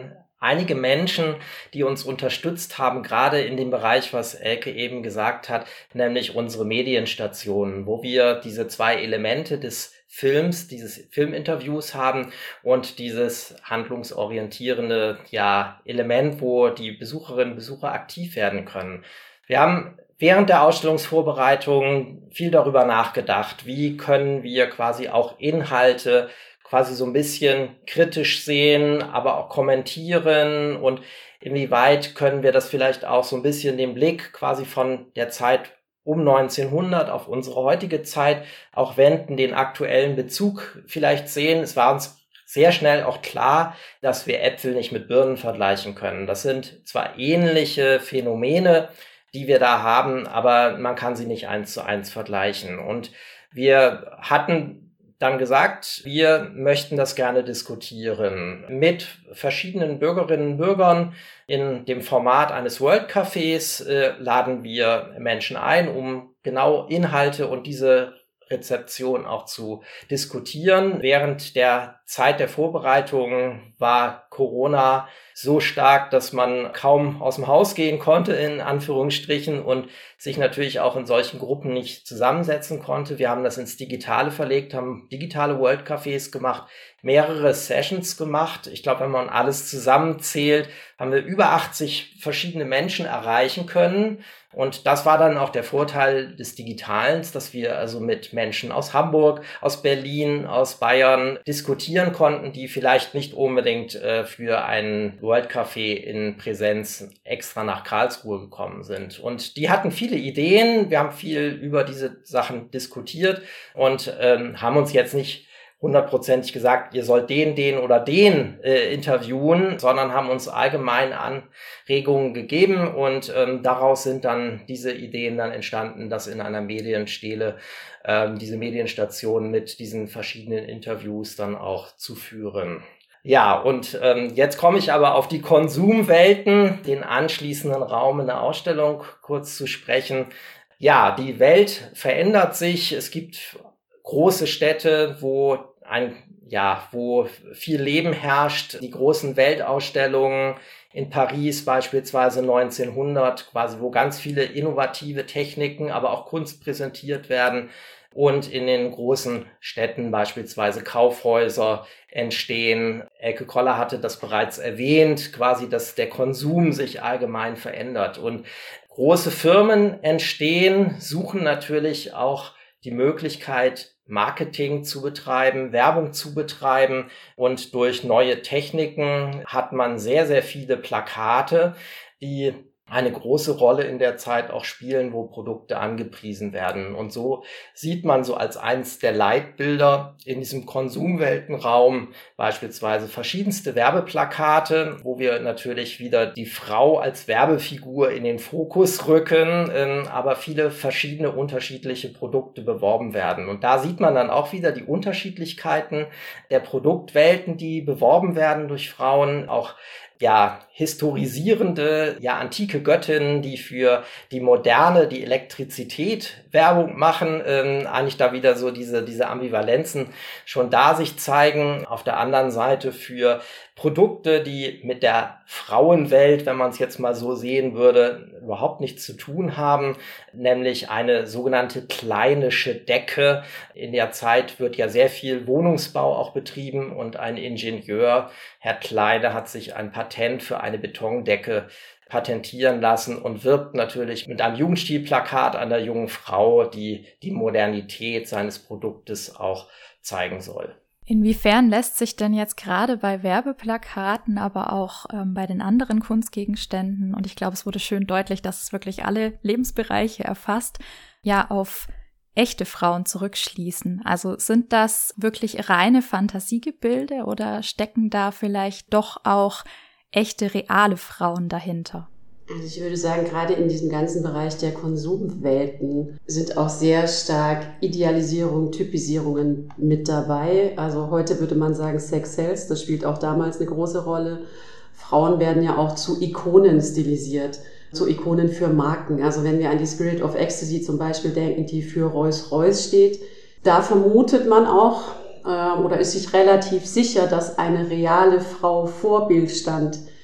einige Menschen, die uns unterstützt haben, gerade in dem Bereich, was Elke eben gesagt hat, nämlich unsere Medienstationen, wo wir diese zwei Elemente des Films, dieses Filminterviews haben und dieses handlungsorientierende ja, Element, wo die Besucherinnen und Besucher aktiv werden können. Wir haben während der Ausstellungsvorbereitung viel darüber nachgedacht, wie können wir quasi auch Inhalte quasi so ein bisschen kritisch sehen, aber auch kommentieren und inwieweit können wir das vielleicht auch so ein bisschen den Blick quasi von der Zeit um neunzehnhundert auf unsere heutige Zeit auch wenden, den aktuellen Bezug vielleicht sehen. Es war uns sehr schnell auch klar, dass wir Äpfel nicht mit Birnen vergleichen können. Das sind zwar ähnliche Phänomene, die wir da haben, aber man kann sie nicht eins zu eins vergleichen. Und wir hatten dann gesagt, wir möchten das gerne diskutieren mit verschiedenen Bürgerinnen und Bürgern. In dem Format eines World Cafés äh, laden wir Menschen ein, um genau Inhalte und diese Rezeption auch zu diskutieren. Während der Zeit der Vorbereitung war Corona so stark, dass man kaum aus dem Haus gehen konnte, in Anführungsstrichen, und sich natürlich auch in solchen Gruppen nicht zusammensetzen konnte. Wir haben das ins Digitale verlegt, haben digitale World Cafés gemacht, mehrere Sessions gemacht. Ich glaube, wenn man alles zusammenzählt, haben wir über achtzig verschiedene Menschen erreichen können. Und das war dann auch der Vorteil des Digitalen, dass wir also mit Menschen aus Hamburg, aus Berlin, aus Bayern diskutieren konnten, die vielleicht nicht unbedingt äh, für ein World Café in Präsenz extra nach Karlsruhe gekommen sind. Und die hatten viele Ideen. Wir haben viel über diese Sachen diskutiert und ähm, haben uns jetzt nicht hundertprozentig gesagt, ihr sollt den, den oder den äh, interviewen, sondern haben uns allgemein Anregungen gegeben und ähm, daraus sind dann diese Ideen dann entstanden, dass in einer Medienstele ähm, diese Medienstation mit diesen verschiedenen Interviews dann auch zu führen. Ja, und ähm, jetzt komme ich aber auf die Konsumwelten, den anschließenden Raum in der Ausstellung kurz zu sprechen. Ja, die Welt verändert sich. Es gibt große Städte, wo ein, ja, wo viel Leben herrscht. Die großen Weltausstellungen in Paris beispielsweise neunzehnhundert, quasi, wo ganz viele innovative Techniken, aber auch Kunst präsentiert werden. Und in den großen Städten beispielsweise Kaufhäuser entstehen. Elke Koller hatte das bereits erwähnt, quasi, dass der Konsum sich allgemein verändert. Und große Firmen entstehen, suchen natürlich auch die Möglichkeit, Marketing zu betreiben, Werbung zu betreiben, und durch neue Techniken hat man sehr, sehr viele Plakate, die eine große Rolle in der Zeit auch spielen, wo Produkte angepriesen werden. Und so sieht man so als eins der Leitbilder in diesem Konsumweltenraum beispielsweise verschiedenste Werbeplakate, wo wir natürlich wieder die Frau als Werbefigur in den Fokus rücken, aber viele verschiedene unterschiedliche Produkte beworben werden. Und da sieht man dann auch wieder die Unterschiedlichkeiten der Produktwelten, die beworben werden durch Frauen, auch ja, historisierende, ja, antike Göttinnen, die für die Moderne, die Elektrizität Werbung machen, ähm, eigentlich da wieder so diese, diese Ambivalenzen schon da sich zeigen. Auf der anderen Seite für Produkte, die mit der Frauenwelt, wenn man es jetzt mal so sehen würde, überhaupt nichts zu tun haben, nämlich eine sogenannte kleinische Decke. In der Zeit wird ja sehr viel Wohnungsbau auch betrieben und ein Ingenieur, Herr Kleine, hat sich ein Patent für eine Betondecke patentieren lassen und wirbt natürlich mit einem Jugendstilplakat an der jungen Frau, die die Modernität seines Produktes auch zeigen soll. Inwiefern lässt sich denn jetzt gerade bei Werbeplakaten, aber auch ähm, bei den anderen Kunstgegenständen, und ich glaube, es wurde schön deutlich, dass es wirklich alle Lebensbereiche erfasst, ja auf echte Frauen zurückschließen? Also sind das wirklich reine Fantasiegebilde oder stecken da vielleicht doch auch echte, reale Frauen dahinter? Also ich würde sagen, gerade in diesem ganzen Bereich der Konsumwelten sind auch sehr stark Idealisierungen, Typisierungen mit dabei. Also heute würde man sagen Sex sells, das spielt auch damals eine große Rolle. Frauen werden ja auch zu Ikonen stilisiert, zu Ikonen für Marken. Also wenn wir an die Spirit of Ecstasy zum Beispiel denken, die für Rolls-Royce steht, da vermutet man auch äh, oder ist sich relativ sicher, dass eine reale Frau Vorbild stand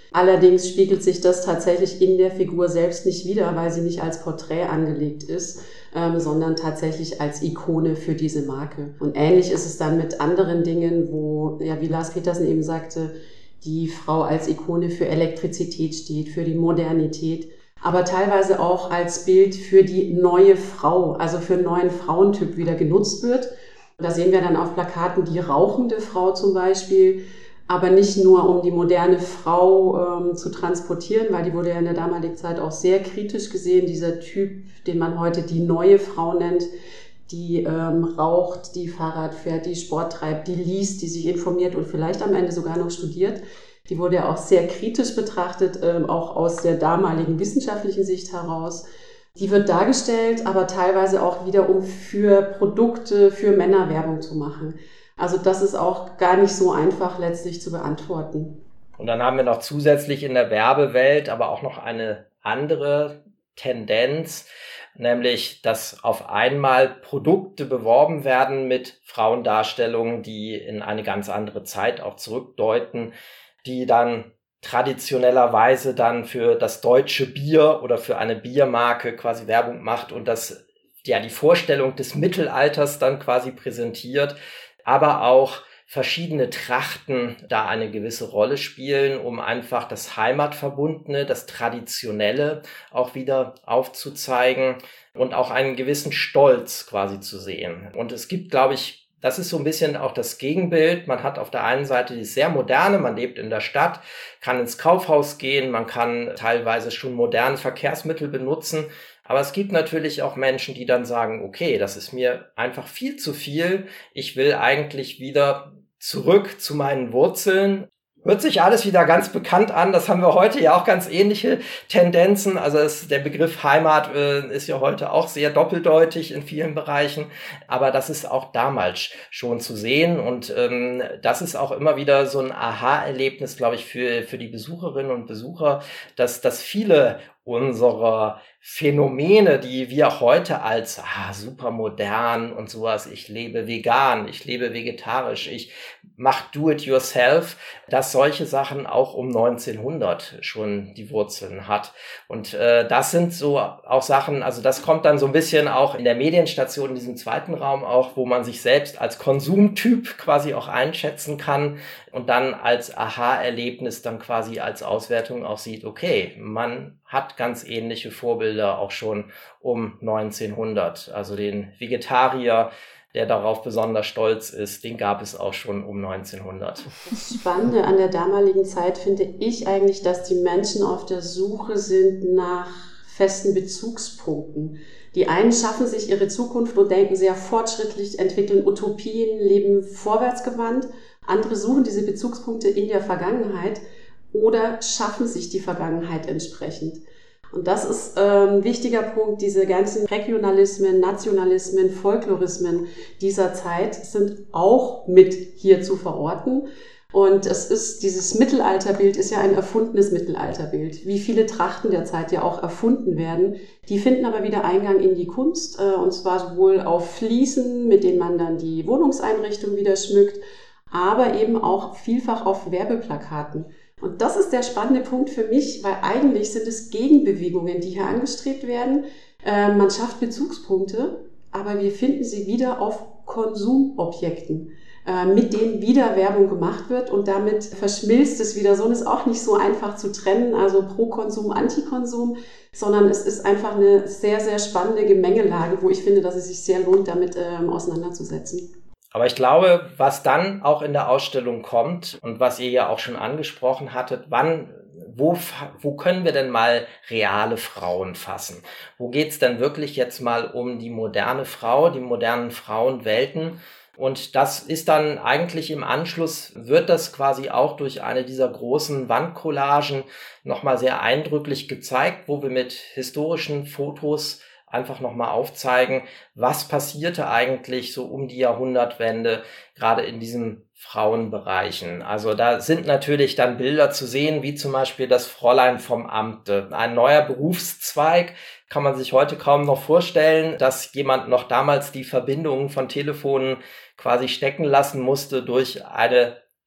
Allerdings spiegelt sich das tatsächlich in der Figur selbst nicht wider, weil sie nicht als Porträt angelegt ist, ähm, sondern tatsächlich als Ikone für diese Marke. Und ähnlich ist es dann mit anderen Dingen, wo, ja, wie Lars Petersen eben sagte, die Frau als Ikone für Elektrizität steht, für die Modernität, aber teilweise auch als Bild für die neue Frau, also für einen neuen Frauentyp wieder genutzt wird. Da sehen wir dann auf Plakaten die rauchende Frau zum Beispiel, aber nicht nur, um die moderne Frau ähm, zu transportieren, weil die wurde ja in der damaligen Zeit auch sehr kritisch gesehen, dieser Typ, den man heute die neue Frau nennt, die ähm, raucht, die Fahrrad fährt, die Sport treibt, die liest, die sich informiert und vielleicht am Ende sogar noch studiert. Die wurde ja auch sehr kritisch betrachtet, ähm, auch aus der damaligen wissenschaftlichen Sicht heraus. Die wird dargestellt, aber teilweise auch wieder, um für Produkte, für Männer Werbung zu machen. Also das ist auch gar nicht so einfach letztlich zu beantworten. Und dann haben wir noch zusätzlich in der Werbewelt aber auch noch eine andere Tendenz, nämlich dass auf einmal Produkte beworben werden mit Frauendarstellungen, die in eine ganz andere Zeit auch zurückdeuten, die dann traditionellerweise dann für das deutsche Bier oder für eine Biermarke quasi Werbung macht und das ja die Vorstellung des Mittelalters dann quasi präsentiert, aber auch verschiedene Trachten da eine gewisse Rolle spielen, um einfach das Heimatverbundene, das Traditionelle auch wieder aufzuzeigen und auch einen gewissen Stolz quasi zu sehen. Und es gibt, glaube ich, das ist so ein bisschen auch das Gegenbild. Man hat auf der einen Seite die sehr moderne, man lebt in der Stadt, kann ins Kaufhaus gehen, man kann teilweise schon moderne Verkehrsmittel benutzen. Aber es gibt natürlich auch Menschen, die dann sagen, okay, das ist mir einfach viel zu viel. Ich will eigentlich wieder zurück zu meinen Wurzeln. Hört sich alles wieder ganz bekannt an. Das haben wir heute ja auch ganz ähnliche Tendenzen. Also es, der Begriff Heimat äh, ist ja heute auch sehr doppeldeutig in vielen Bereichen. Aber das ist auch damals schon zu sehen. Und ähm, das ist auch immer wieder so ein Aha-Erlebnis, glaube ich, für, für die Besucherinnen und Besucher, dass, dass viele unserer Phänomene, die wir heute als ah, super modern und sowas, ich lebe vegan, ich lebe vegetarisch, ich mach do-it-yourself, dass solche Sachen auch um neunzehnhundert schon die Wurzeln hat. Und äh, das sind so auch Sachen, also das kommt dann so ein bisschen auch in der Medienstation, in diesem zweiten Raum auch, wo man sich selbst als Konsumtyp quasi auch einschätzen kann und dann als Aha-Erlebnis dann quasi als Auswertung auch sieht, okay, man hat ganz ähnliche Vorbilder auch schon um neunzehnhundert. Also den Vegetarier, der darauf besonders stolz ist, den gab es auch schon um neunzehnhundert. Das Spannende an der damaligen Zeit finde ich eigentlich, dass die Menschen auf der Suche sind nach festen Bezugspunkten. Die einen schaffen sich ihre Zukunft und denken sehr fortschrittlich, entwickeln Utopien, leben vorwärtsgewandt. Andere suchen diese Bezugspunkte in der Vergangenheit oder schaffen sich die Vergangenheit entsprechend. Und das ist ähm, ein wichtiger Punkt. Diese ganzen Regionalismen, Nationalismen, Folklorismen dieser Zeit sind auch mit hier zu verorten. Und es ist, dieses Mittelalterbild ist ja ein erfundenes Mittelalterbild. Wie viele Trachten der Zeit ja auch erfunden werden. Die finden aber wieder Eingang in die Kunst, äh, und zwar sowohl auf Fliesen, mit denen man dann die Wohnungseinrichtung wieder schmückt, aber eben auch vielfach auf Werbeplakaten. Und das ist der spannende Punkt für mich, weil eigentlich sind es Gegenbewegungen, die hier angestrebt werden. Äh, man schafft Bezugspunkte, aber wir finden sie wieder auf Konsumobjekten, äh, mit denen wieder Werbung gemacht wird und damit verschmilzt es wieder so und ist auch nicht so einfach zu trennen, also pro Konsum, Antikonsum, sondern es ist einfach eine sehr, sehr spannende Gemengelage, wo ich finde, dass es sich sehr lohnt, damit ähm, auseinanderzusetzen. Aber ich glaube, was dann auch in der Ausstellung kommt und was ihr ja auch schon angesprochen hattet, wann, wo, wo können wir denn mal reale Frauen fassen? Wo geht's denn wirklich jetzt mal um die moderne Frau, die modernen Frauenwelten? Und das ist dann eigentlich im Anschluss, wird das quasi auch durch eine dieser großen Wandcollagen nochmal sehr eindrücklich gezeigt, wo wir mit historischen Fotos einfach nochmal aufzeigen, was passierte eigentlich so um die Jahrhundertwende, gerade in diesen Frauenbereichen. Also da sind natürlich dann Bilder zu sehen, wie zum Beispiel das Fräulein vom Amte. Ein neuer Berufszweig, kann man sich heute kaum noch vorstellen, dass jemand noch damals die Verbindungen von Telefonen quasi stecken lassen musste durch eine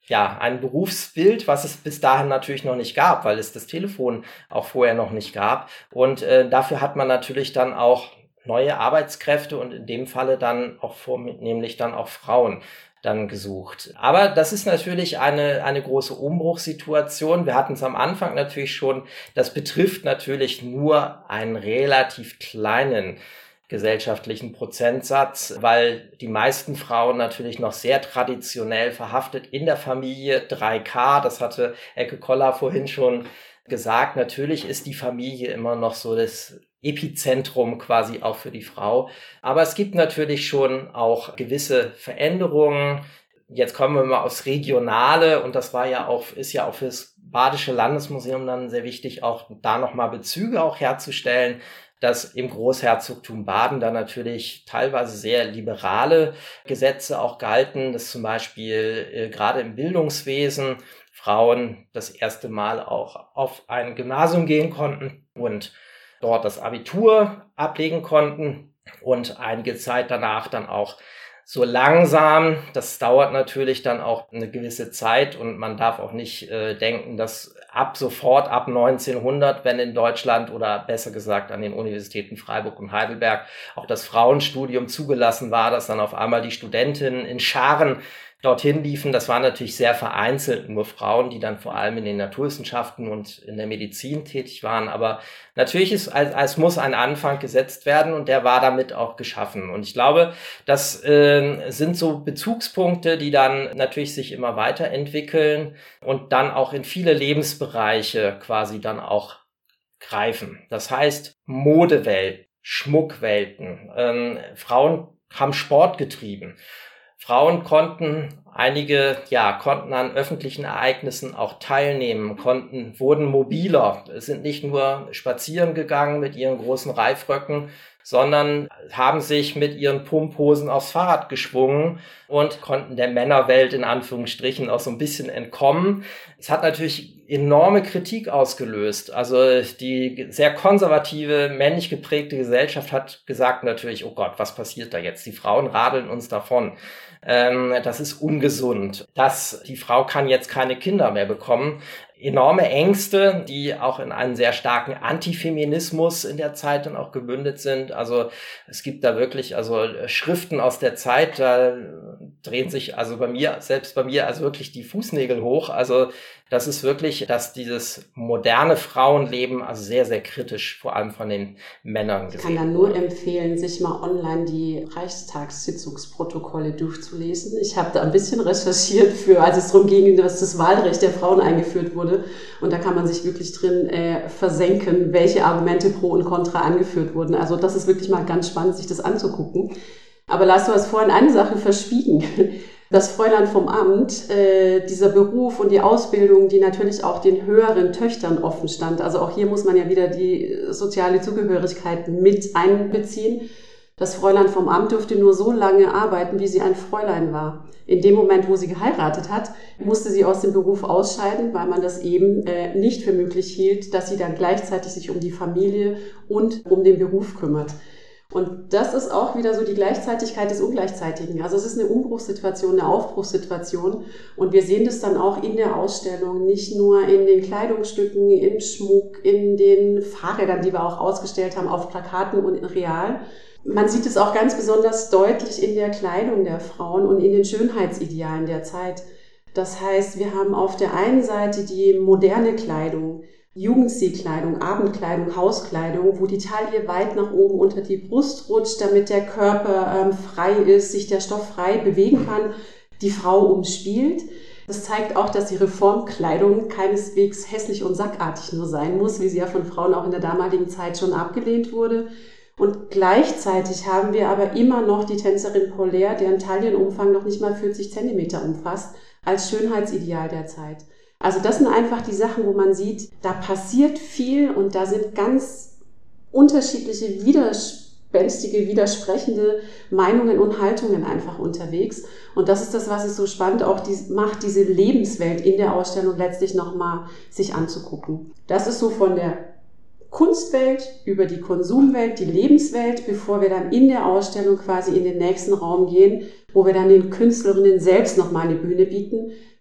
ja, ein Berufsbild, was es bis dahin natürlich noch nicht gab, weil es das Telefon auch vorher noch nicht gab. Und äh, dafür hat man natürlich dann auch neue Arbeitskräfte und in dem Falle dann auch vornehmlich dann auch Frauen dann gesucht. Aber das ist natürlich eine, eine große Umbruchssituation. Wir hatten es am Anfang natürlich schon, das betrifft natürlich nur einen relativ kleinen gesellschaftlichen Prozentsatz, weil die meisten Frauen natürlich noch sehr traditionell verhaftet in der Familie, drei K, das hatte Elke Koller vorhin schon gesagt, natürlich ist die Familie immer noch so das Epizentrum quasi auch für die Frau, aber es gibt natürlich schon auch gewisse Veränderungen. Jetzt kommen wir mal aufs Regionale und das war ja auch, ist ja auch fürs Badische Landesmuseum dann sehr wichtig, auch da nochmal Bezüge auch herzustellen, dass im Großherzogtum Baden da natürlich teilweise sehr liberale Gesetze auch galten, dass zum Beispiel äh, gerade im Bildungswesen Frauen das erste Mal auch auf ein Gymnasium gehen konnten und dort das Abitur ablegen konnten und einige Zeit danach dann auch so langsam, das dauert natürlich dann auch eine gewisse Zeit und man darf auch nicht äh, denken, dass ab sofort, ab neunzehnhundert, wenn in Deutschland oder besser gesagt an den Universitäten Freiburg und Heidelberg auch das Frauenstudium zugelassen war, dass dann auf einmal die Studentinnen in Scharen dorthin liefen. Das waren natürlich sehr vereinzelt nur Frauen, die dann vor allem in den Naturwissenschaften und in der Medizin tätig waren. Aber natürlich ist, als, als muss ein Anfang gesetzt werden und der war damit auch geschaffen. Und ich glaube, das äh, sind so Bezugspunkte, die dann natürlich sich immer weiterentwickeln und dann auch in viele Lebensbereiche quasi dann auch greifen. Das heißt Modewelt, Schmuckwelten. Ähm, Frauen haben Sport getrieben. Frauen konnten einige, ja, konnten an öffentlichen Ereignissen auch teilnehmen, konnten, wurden mobiler, sind nicht nur spazieren gegangen mit ihren großen Reifröcken, sondern haben sich mit ihren Pumphosen aufs Fahrrad geschwungen und konnten der Männerwelt in Anführungsstrichen auch so ein bisschen entkommen. Es hat natürlich enorme Kritik ausgelöst. Also die sehr konservative, männlich geprägte Gesellschaft hat gesagt natürlich, oh Gott, was passiert da jetzt? Die Frauen radeln uns davon. Ähm, das ist ungesund. Das, die Frau kann jetzt keine Kinder mehr bekommen. Enorme Ängste, die auch in einen sehr starken Antifeminismus in der Zeit dann auch gebündet sind. Also es gibt da wirklich also Schriften aus der Zeit, da drehen sich also bei mir, selbst bei mir, also wirklich die Fußnägel hoch. Also das ist wirklich, dass dieses moderne Frauenleben also sehr, sehr kritisch, vor allem von den Männern gesehen wird. Ich kann da nur empfehlen, sich mal online die Reichstagssitzungsprotokolle durchzulesen. Ich habe da ein bisschen recherchiert, für, als es darum ging, dass das Wahlrecht der Frauen eingeführt wurde. Und da kann man sich wirklich drin äh, versenken, welche Argumente pro und contra angeführt wurden. Also das ist wirklich mal ganz spannend, sich das anzugucken. Aber Lars, du hast vorhin eine Sache verschwiegen. Das Fräulein vom Amt, äh, dieser Beruf und die Ausbildung, die natürlich auch den höheren Töchtern offen stand. Also auch hier muss man ja wieder die soziale Zugehörigkeit mit einbeziehen. Das Fräulein vom Amt durfte nur so lange arbeiten, wie sie ein Fräulein war. In dem Moment, wo sie geheiratet hat, musste sie aus dem Beruf ausscheiden, weil man das eben äh, nicht für möglich hielt, dass sie dann gleichzeitig sich um die Familie und um den Beruf kümmert. Und das ist auch wieder so die Gleichzeitigkeit des Ungleichzeitigen. Also es ist eine Umbruchssituation, eine Aufbruchssituation. Und wir sehen das dann auch in der Ausstellung, nicht nur in den Kleidungsstücken, im Schmuck, in den Fahrrädern, die wir auch ausgestellt haben, auf Plakaten und in real. Man sieht es auch ganz besonders deutlich in der Kleidung der Frauen und in den Schönheitsidealen der Zeit. Das heißt, wir haben auf der einen Seite die moderne Kleidung, Jugendstilkleidung, Abendkleidung, Hauskleidung, wo die Taille weit nach oben unter die Brust rutscht, damit der Körper ähm, frei ist, sich der Stoff frei bewegen kann, die Frau umspielt. Das zeigt auch, dass die Reformkleidung keineswegs hässlich und sackartig nur sein muss, wie sie ja von Frauen auch in der damaligen Zeit schon abgelehnt wurde. Und gleichzeitig haben wir aber immer noch die Tänzerin Paulaire, deren Taillenumfang noch nicht mal vierzig Zentimeter umfasst, als Schönheitsideal der Zeit. Also das sind einfach die Sachen, wo man sieht, da passiert viel und da sind ganz unterschiedliche, widerspenstige, widersprechende Meinungen und Haltungen einfach unterwegs. Und das ist das, was es so spannend auch macht, diese Lebenswelt in der Ausstellung letztlich nochmal sich anzugucken. Das ist so von der Kunstwelt über die Konsumwelt, die Lebenswelt, bevor wir dann in der Ausstellung quasi in den nächsten Raum gehen, wo wir dann den Künstlerinnen selbst nochmal eine Bühne bieten,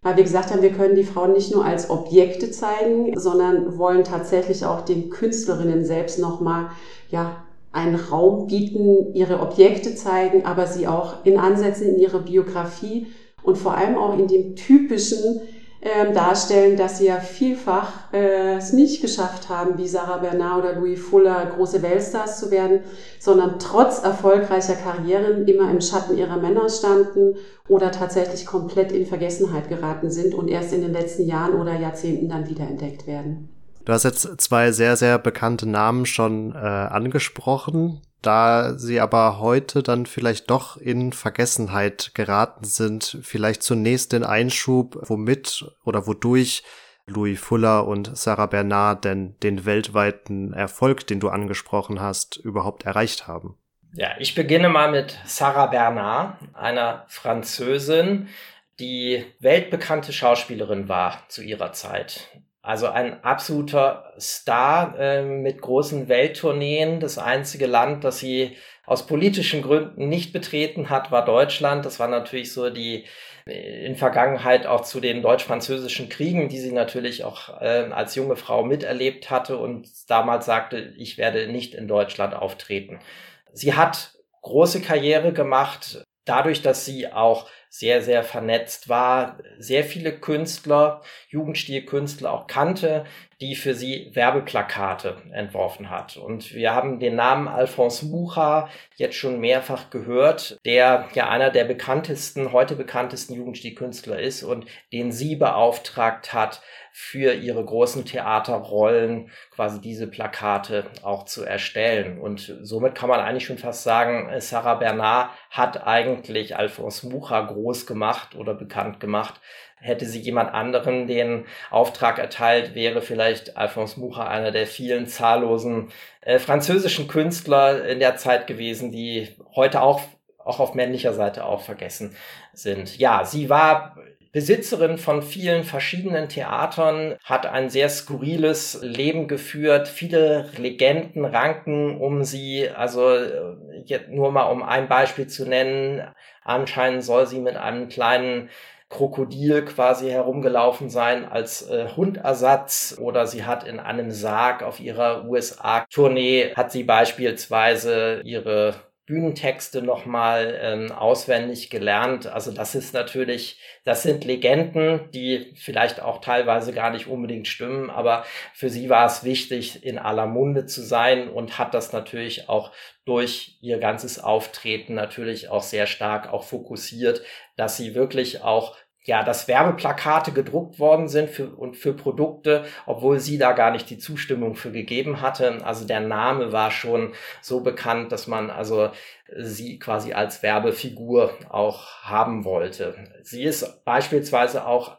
weil wir gesagt haben, wir können die Frauen nicht nur als Objekte zeigen, sondern wollen tatsächlich auch den Künstlerinnen selbst nochmal, ja, einen Raum bieten, ihre Objekte zeigen, aber sie auch in Ansätzen in ihrer Biografie und vor allem auch in dem typischen äh, darstellen, dass sie ja vielfach äh, es nicht geschafft haben, wie Sarah Bernard oder Louis Fuller große Weltstars zu werden, sondern trotz erfolgreicher Karrieren immer im Schatten ihrer Männer standen oder tatsächlich komplett in Vergessenheit geraten sind und erst in den letzten Jahren oder Jahrzehnten dann wiederentdeckt werden. Du hast jetzt zwei sehr, sehr bekannte Namen schon äh, angesprochen. Da sie aber heute dann vielleicht doch in Vergessenheit geraten sind, vielleicht zunächst den Einschub, womit oder wodurch Louis Fuller und Sarah Bernard denn den weltweiten Erfolg, den du angesprochen hast, überhaupt erreicht haben. Ja, ich beginne mal mit Sarah Bernard, einer Französin, die weltbekannte Schauspielerin war zu ihrer Zeit. Also ein absoluter Star äh, mit großen Welttourneen. Das einzige Land, das sie aus politischen Gründen nicht betreten hat, war Deutschland. Das war natürlich so die in Vergangenheit auch zu den deutsch-französischen Kriegen, die sie natürlich auch äh, als junge Frau miterlebt hatte und damals sagte, ich werde nicht in Deutschland auftreten. Sie hat große Karriere gemacht, dadurch, dass sie auch sehr, sehr vernetzt war, sehr viele Künstler, Jugendstilkünstler auch kannte, die für sie Werbeplakate entworfen hat. Und wir haben den Namen Alphonse Mucha jetzt schon mehrfach gehört, der ja einer der bekanntesten, heute bekanntesten Jugendstilkünstler ist und den sie beauftragt hat, für ihre großen Theaterrollen quasi diese Plakate auch zu erstellen. Und somit kann man eigentlich schon fast sagen, Sarah Bernard hat eigentlich Alphonse Mucha groß gemacht oder bekannt gemacht. Hätte sie jemand anderen den Auftrag erteilt, wäre vielleicht Alphonse Mucha einer der vielen zahllosen äh, französischen Künstler in der Zeit gewesen, die heute auch, auch auf männlicher Seite auch vergessen sind. Ja, sie war Besitzerin von vielen verschiedenen Theatern, hat ein sehr skurriles Leben geführt, viele Legenden ranken um sie, also jetzt nur mal um ein Beispiel zu nennen, anscheinend soll sie mit einem kleinen Krokodil quasi herumgelaufen sein als äh, Hundersatz oder sie hat in einem Sarg auf ihrer U S A-Tournee, hat sie beispielsweise ihre Bühnentexte nochmal ähm, auswendig gelernt. Also das ist natürlich, das sind Legenden, die vielleicht auch teilweise gar nicht unbedingt stimmen, aber für sie war es wichtig, in aller Munde zu sein und hat das natürlich auch durch ihr ganzes Auftreten natürlich auch sehr stark auch fokussiert, dass sie wirklich auch ja, dass Werbeplakate gedruckt worden sind für, und für Produkte, obwohl sie da gar nicht die Zustimmung für gegeben hatte. Also der Name war schon so bekannt, dass man also sie quasi als Werbefigur auch haben wollte. Sie ist beispielsweise auch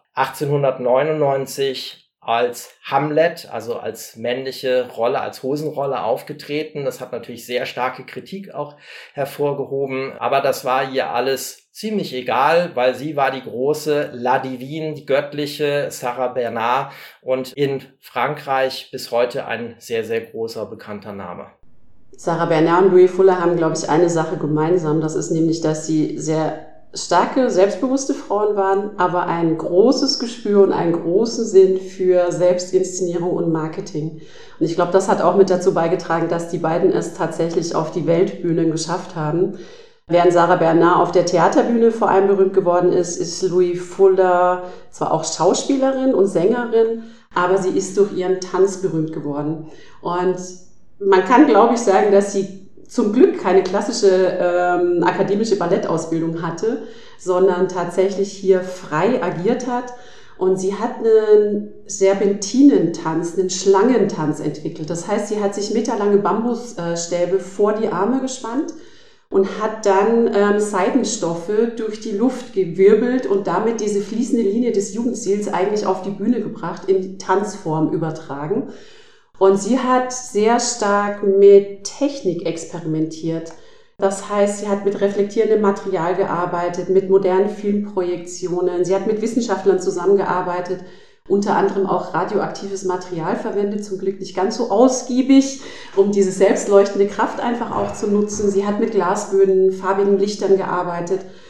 achtzehnhundertneunundneunzig als Hamlet, also als männliche Rolle, als Hosenrolle aufgetreten. Das hat natürlich sehr starke Kritik auch hervorgehoben, aber das war ihr alles ziemlich egal, weil sie war die große La Divine, die göttliche Sarah Bernard und in Frankreich bis heute ein sehr, sehr großer, bekannter Name. Sarah Bernard und Louis Fuller haben, glaube ich, eine Sache gemeinsam. Das ist nämlich, dass sie sehr starke, selbstbewusste Frauen waren, aber ein großes Gespür und einen großen Sinn für Selbstinszenierung und Marketing. Und ich glaube, das hat auch mit dazu beigetragen, dass die beiden es tatsächlich auf die Weltbühnen geschafft haben. Während Sarah Bernard auf der Theaterbühne vor allem berühmt geworden ist, ist Louis Fuller zwar auch Schauspielerin und Sängerin, aber sie ist durch ihren Tanz berühmt geworden. Und man kann, glaube ich, sagen, dass sie zum Glück keine klassische ähm, akademische Ballettausbildung hatte, sondern tatsächlich hier frei agiert hat. Und sie hat einen Serpentinentanz, einen Schlangentanz entwickelt. Das heißt, sie hat sich meterlange Bambusstäbe vor die Arme gespannt und hat dann ähm, Seidenstoffe durch die Luft gewirbelt und damit diese fließende Linie des Jugendstils eigentlich auf die Bühne gebracht, in die Tanzform übertragen. Und sie hat sehr stark mit Technik experimentiert. Das heißt, sie hat mit reflektierendem Material gearbeitet, mit modernen Filmprojektionen. Sie hat mit Wissenschaftlern zusammengearbeitet, unter anderem auch radioaktives Material verwendet, zum Glück nicht ganz so ausgiebig, um diese selbstleuchtende Kraft einfach auch zu nutzen. Sie hat mit Glasböden, farbigen Lichtern gearbeitet.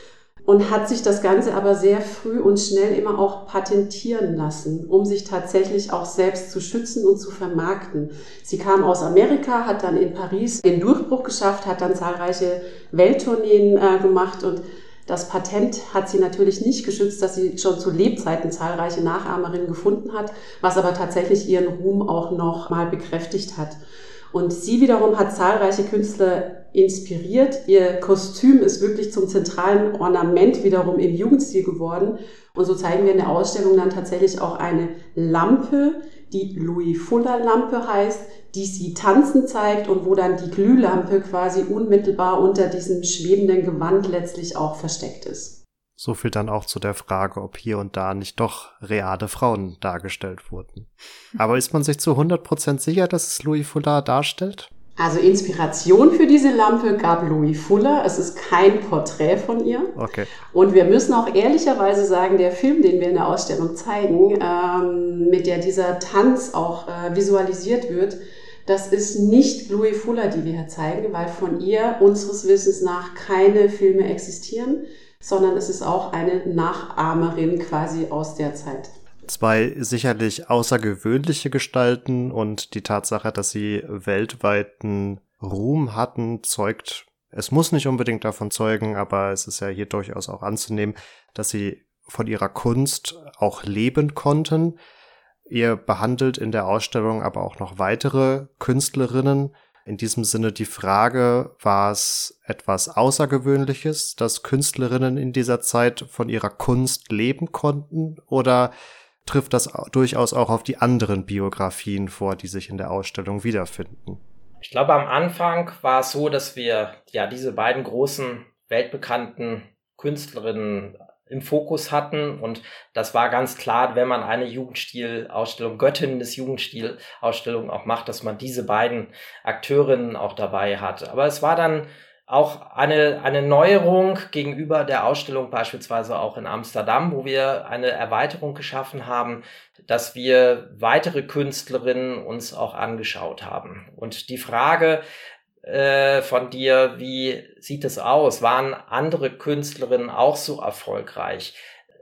und hat sich das Ganze aber sehr früh und schnell immer auch patentieren lassen, um sich tatsächlich auch selbst zu schützen und zu vermarkten. Sie kam aus Amerika, hat dann in Paris den Durchbruch geschafft, hat dann zahlreiche Welttourneen äh, gemacht und das Patent hat sie natürlich nicht geschützt, dass sie schon zu Lebzeiten zahlreiche Nachahmerinnen gefunden hat, was aber tatsächlich ihren Ruhm auch noch mal bekräftigt hat. Und sie wiederum hat zahlreiche Künstler inspiriert. Ihr Kostüm ist wirklich zum zentralen Ornament wiederum im Jugendstil geworden. Und so zeigen wir in der Ausstellung dann tatsächlich auch eine Lampe, die Louis-Fuller-Lampe heißt, die sie tanzen zeigt und wo dann die Glühlampe quasi unmittelbar unter diesem schwebenden Gewand letztlich auch versteckt ist. So viel dann auch zu der Frage, ob hier und da nicht doch reale Frauen dargestellt wurden. Aber ist man sich zu hundert Prozent sicher, dass es Louis Fuller darstellt? Also Inspiration für diese Lampe gab Louis Fuller. Es ist kein Porträt von ihr. Okay. Und wir müssen auch ehrlicherweise sagen, der Film, den wir in der Ausstellung zeigen, ähm, mit der dieser Tanz auch äh, visualisiert wird, das ist nicht Louis Fuller, die wir hier zeigen, weil von ihr unseres Wissens nach keine Filme existieren, sondern es ist auch eine Nachahmerin quasi aus der Zeit. Zwei sicherlich außergewöhnliche Gestalten und die Tatsache, dass sie weltweiten Ruhm hatten, zeugt, es muss nicht unbedingt davon zeugen, aber es ist ja hier durchaus auch anzunehmen, dass sie von ihrer Kunst auch leben konnten. Ihr behandelt in der Ausstellung aber auch noch weitere Künstlerinnen. In diesem Sinne die Frage, war es etwas Außergewöhnliches, dass Künstlerinnen in dieser Zeit von ihrer Kunst leben konnten, oder trifft das durchaus auch auf die anderen Biografien vor, die sich in der Ausstellung wiederfinden? Ich glaube, am Anfang war es so, dass wir ja diese beiden großen, weltbekannten Künstlerinnen im Fokus hatten, und das war ganz klar, wenn man eine Jugendstilausstellung, Göttinnen des Jugendstilausstellung auch macht, dass man diese beiden Akteurinnen auch dabei hat. Aber es war dann auch eine, eine Neuerung gegenüber der Ausstellung beispielsweise auch in Amsterdam, wo wir eine Erweiterung geschaffen haben, dass wir weitere Künstlerinnen uns auch angeschaut haben. Und die Frage äh, von dir, wie sieht es aus? Waren andere Künstlerinnen auch so erfolgreich?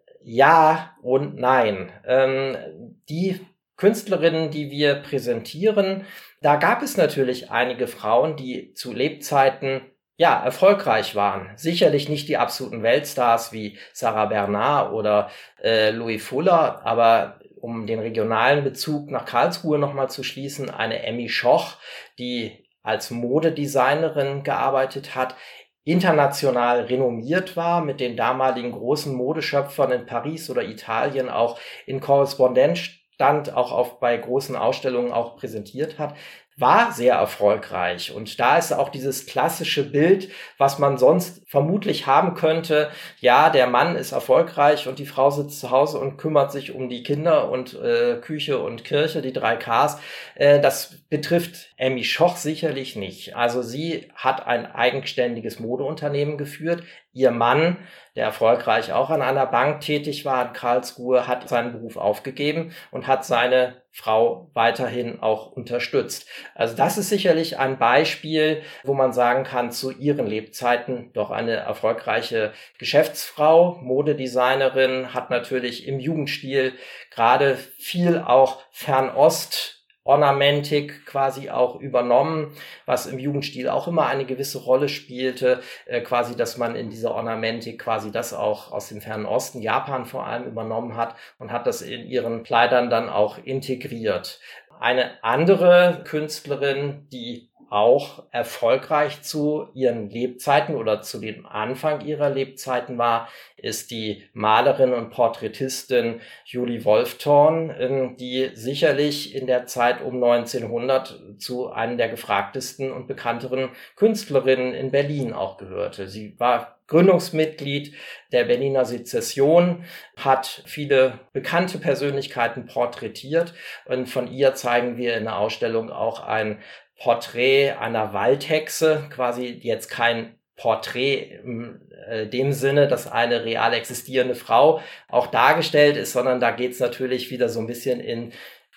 Ja und nein. Ähm, die Künstlerinnen, die wir präsentieren, da gab es natürlich einige Frauen, die zu Lebzeiten ja, erfolgreich waren. Sicherlich nicht die absoluten Weltstars wie Sarah Bernard oder äh, Louis Fuller, aber um den regionalen Bezug nach Karlsruhe nochmal zu schließen, eine Emmy Schoch, die als Modedesignerin gearbeitet hat, international renommiert war, mit den damaligen großen Modeschöpfern in Paris oder Italien auch in Korrespondenz stand, auch auf, bei großen Ausstellungen auch präsentiert hat, war sehr erfolgreich. Und da ist auch dieses klassische Bild, was man sonst vermutlich haben könnte, ja, der Mann ist erfolgreich und die Frau sitzt zu Hause und kümmert sich um die Kinder und äh, Küche und Kirche, die drei Ks. Äh, das betrifft Emmy Schoch sicherlich nicht. Also sie hat ein eigenständiges Modeunternehmen geführt. Ihr Mann, der erfolgreich auch an einer Bank tätig war in Karlsruhe, hat seinen Beruf aufgegeben und hat seine Frau weiterhin auch unterstützt. Also das ist sicherlich ein Beispiel, wo man sagen kann, zu ihren Lebzeiten doch eine erfolgreiche Geschäftsfrau, Modedesignerin, hat natürlich im Jugendstil gerade viel auch Fernost Ornamentik quasi auch übernommen, was im Jugendstil auch immer eine gewisse Rolle spielte, äh, quasi, dass man in dieser Ornamentik quasi das auch aus dem Fernen Osten, Japan vor allem, übernommen hat und hat das in ihren Kleidern dann auch integriert. Eine andere Künstlerin, die auch erfolgreich zu ihren Lebzeiten oder zu dem Anfang ihrer Lebzeiten war, ist die Malerin und Porträtistin Julie Wolfthorn, die sicherlich in der Zeit um neunzehnhundert zu einer der gefragtesten und bekannteren Künstlerinnen in Berlin auch gehörte. Sie war Gründungsmitglied der Berliner Sezession, hat viele bekannte Persönlichkeiten porträtiert, und von ihr zeigen wir in der Ausstellung auch ein Porträt einer Waldhexe, quasi jetzt kein Porträt in äh, dem Sinne, dass eine real existierende Frau auch dargestellt ist, sondern da geht es natürlich wieder so ein bisschen in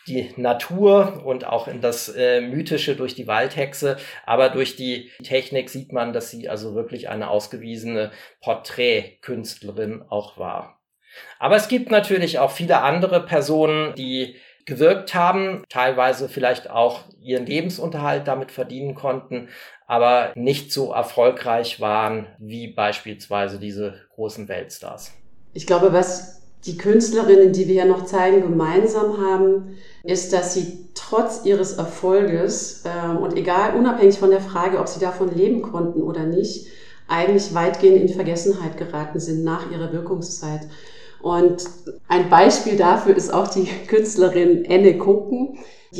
die Natur und auch in das äh, Mythische durch die Waldhexe, aber durch die Technik sieht man, dass sie also wirklich eine ausgewiesene Porträtkünstlerin auch war. Aber es gibt natürlich auch viele andere Personen, die gewirkt haben, teilweise vielleicht auch ihren Lebensunterhalt damit verdienen konnten, aber nicht so erfolgreich waren wie beispielsweise diese großen Weltstars. Ich glaube, was die Künstlerinnen, die wir ja noch zeigen, gemeinsam haben, ist, dass sie trotz ihres Erfolges äh, und egal, unabhängig von der Frage, ob sie davon leben konnten oder nicht, eigentlich weitgehend in Vergessenheit geraten sind nach ihrer Wirkungszeit. Und ein Beispiel dafür ist auch die Künstlerin Enne Kucken,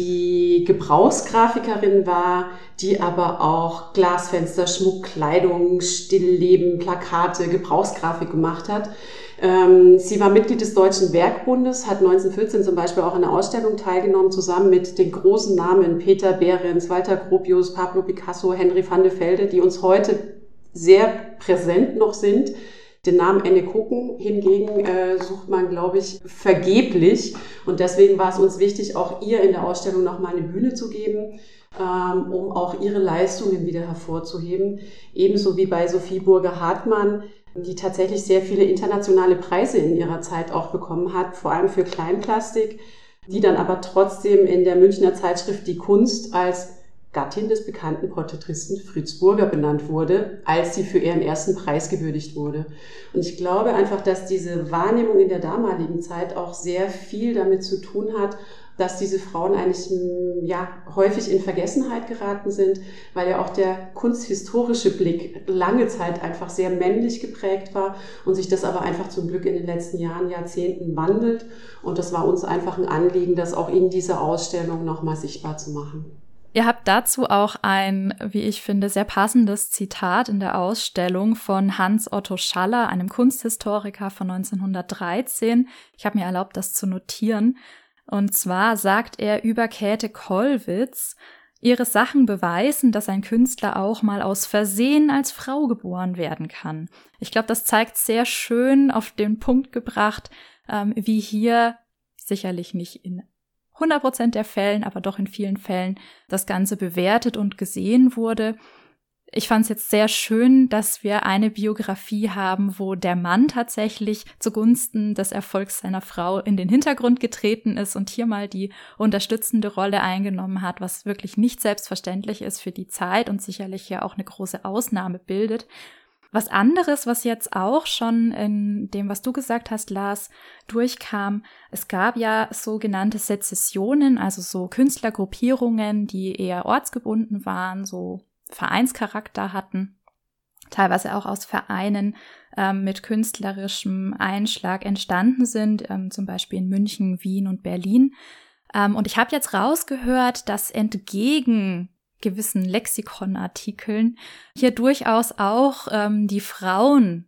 die Gebrauchsgrafikerin war, die aber auch Glasfenster, Schmuck, Kleidung, Stillleben, Plakate, Gebrauchsgrafik gemacht hat. Ähm, sie war Mitglied des Deutschen Werkbundes, hat neunzehnhundertvierzehn zum Beispiel auch an der Ausstellung teilgenommen, zusammen mit den großen Namen Peter Behrens, Walter Gropius, Pablo Picasso, Henry van de Velde, die uns heute sehr präsent noch sind. Den Namen Enne Kucken hingegen äh, sucht man, glaube ich, vergeblich. Und deswegen war es uns wichtig, auch ihr in der Ausstellung nochmal eine Bühne zu geben, ähm, um auch ihre Leistungen wieder hervorzuheben. Ebenso wie bei Sophie Burger-Hartmann, die tatsächlich sehr viele internationale Preise in ihrer Zeit auch bekommen hat, vor allem für Kleinplastik, die dann aber trotzdem in der Münchner Zeitschrift Die Kunst als Gattin des bekannten Porträtisten Fritz Burger benannt wurde, als sie für ihren ersten Preis gewürdigt wurde. Und ich glaube einfach, dass diese Wahrnehmung in der damaligen Zeit auch sehr viel damit zu tun hat, dass diese Frauen eigentlich ja häufig in Vergessenheit geraten sind, weil ja auch der kunsthistorische Blick lange Zeit einfach sehr männlich geprägt war und sich das aber einfach zum Glück in den letzten Jahren, Jahrzehnten wandelt. Und das war uns einfach ein Anliegen, das auch in dieser Ausstellung nochmal sichtbar zu machen. Ihr habt dazu auch ein, wie ich finde, sehr passendes Zitat in der Ausstellung von Hans Otto Schaller, einem Kunsthistoriker von neunzehnhundertdreizehn. Ich habe mir erlaubt, das zu notieren. Und zwar sagt er über Käthe Kollwitz, ihre Sachen beweisen, dass ein Künstler auch mal aus Versehen als Frau geboren werden kann. Ich glaube, das zeigt sehr schön auf den Punkt gebracht, ähm, wie hier sicherlich nicht in hundert Prozent der Fällen, aber doch in vielen Fällen das Ganze bewertet und gesehen wurde. Ich fand es jetzt sehr schön, dass wir eine Biografie haben, wo der Mann tatsächlich zugunsten des Erfolgs seiner Frau in den Hintergrund getreten ist und hier mal die unterstützende Rolle eingenommen hat, was wirklich nicht selbstverständlich ist für die Zeit und sicherlich ja auch eine große Ausnahme bildet. Was anderes, was jetzt auch schon in dem, was du gesagt hast, Lars, durchkam, es gab ja sogenannte Sezessionen, also so Künstlergruppierungen, die eher ortsgebunden waren, so Vereinscharakter hatten, teilweise auch aus Vereinen ähm, mit künstlerischem Einschlag entstanden sind, ähm, zum Beispiel in München, Wien und Berlin. Ähm, und ich habe jetzt rausgehört, dass entgegen gewissen Lexikonartikeln hier durchaus auch ähm, die Frauen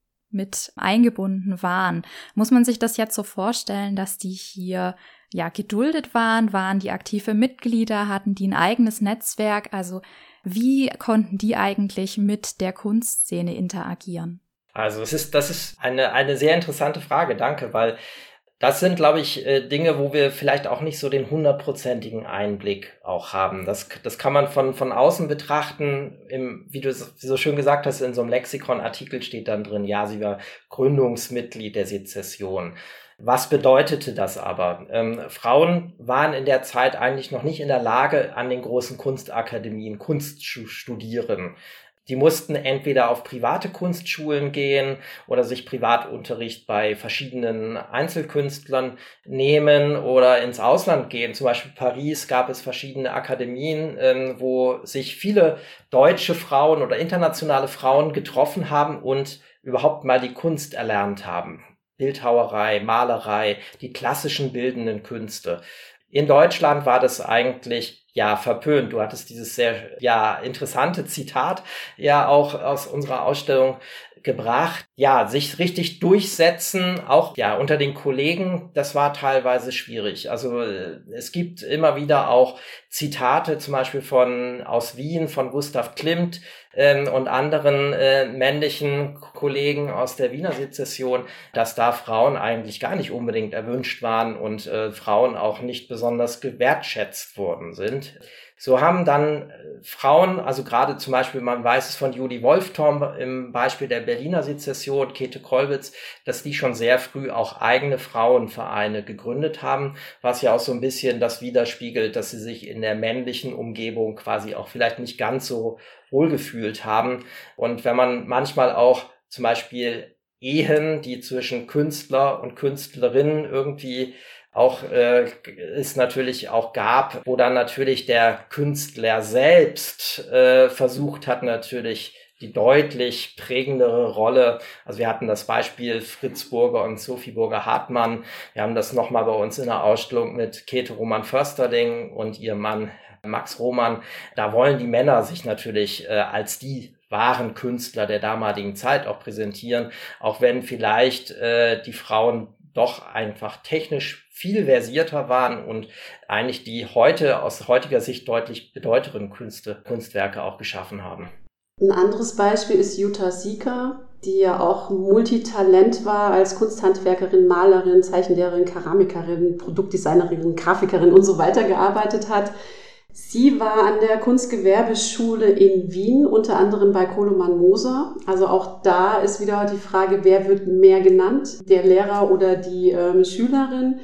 mit eingebunden waren. Muss man sich das jetzt so vorstellen, dass die hier ja geduldet waren, waren die aktive Mitglieder, hatten die ein eigenes Netzwerk? Also wie konnten die eigentlich mit der Kunstszene interagieren? Also es ist, das ist eine, eine sehr interessante Frage, danke, weil das sind, glaube ich, Dinge, wo wir vielleicht auch nicht so den hundertprozentigen Einblick auch haben. Das, das kann man von, von außen betrachten. Im, wie du so schön gesagt hast, in so einem Lexikon-Artikel steht dann drin, ja, sie war Gründungsmitglied der Sezession. Was bedeutete das aber? Ähm, Frauen waren in der Zeit eigentlich noch nicht in der Lage, an den großen Kunstakademien Kunst zu studieren. Die mussten entweder auf private Kunstschulen gehen oder sich Privatunterricht bei verschiedenen Einzelkünstlern nehmen oder ins Ausland gehen. Zum Beispiel in Paris gab es verschiedene Akademien, ähm, wo sich viele deutsche Frauen oder internationale Frauen getroffen haben und überhaupt mal die Kunst erlernt haben. Bildhauerei, Malerei, die klassischen bildenden Künste. In Deutschland war das eigentlich ja verpönt. Du hattest dieses sehr ja interessante Zitat ja auch aus unserer Ausstellung gebracht. Ja, sich richtig durchsetzen, auch ja unter den Kollegen, das war teilweise schwierig. Also es gibt immer wieder auch Zitate, zum Beispiel von aus Wien, von Gustav Klimt ähm, und anderen äh, männlichen Kollegen aus der Wiener Sezession, dass da Frauen eigentlich gar nicht unbedingt erwünscht waren und äh, Frauen auch nicht besonders gewertschätzt worden sind. So haben dann Frauen, also gerade zum Beispiel, man weiß es von Judy Wolftom im Beispiel der Berliner Sezession, Käthe Kollwitz, dass die schon sehr früh auch eigene Frauenvereine gegründet haben, was ja auch so ein bisschen das widerspiegelt, dass sie sich in der männlichen Umgebung quasi auch vielleicht nicht ganz so wohlgefühlt haben. Und wenn man manchmal auch zum Beispiel Ehen, die zwischen Künstler und Künstlerinnen irgendwie auch äh, es natürlich auch gab, wo dann natürlich der Künstler selbst äh, versucht hat, natürlich die deutlich prägendere Rolle. Also wir hatten das Beispiel Fritz Burger und Sophie Burger-Hartmann. Wir haben das nochmal bei uns in der Ausstellung mit Käthe Roman-Försterling und ihrem Mann Max Roman. Da wollen die Männer sich natürlich äh, als die wahren Künstler der damaligen Zeit auch präsentieren, auch wenn vielleicht äh, die Frauen doch einfach technisch viel versierter waren und eigentlich die heute aus heutiger Sicht deutlich bedeutenderen Künste, Kunstwerke auch geschaffen haben. Ein anderes Beispiel ist Jutta Sieker, die ja auch Multitalent war als Kunsthandwerkerin, Malerin, Zeichenlehrerin, Keramikerin, Produktdesignerin, Grafikerin und so weiter gearbeitet hat. Sie war an der Kunstgewerbeschule in Wien, unter anderem bei Koloman Moser. Also auch da ist wieder die Frage, wer wird mehr genannt, der Lehrer oder die ähm, Schülerin.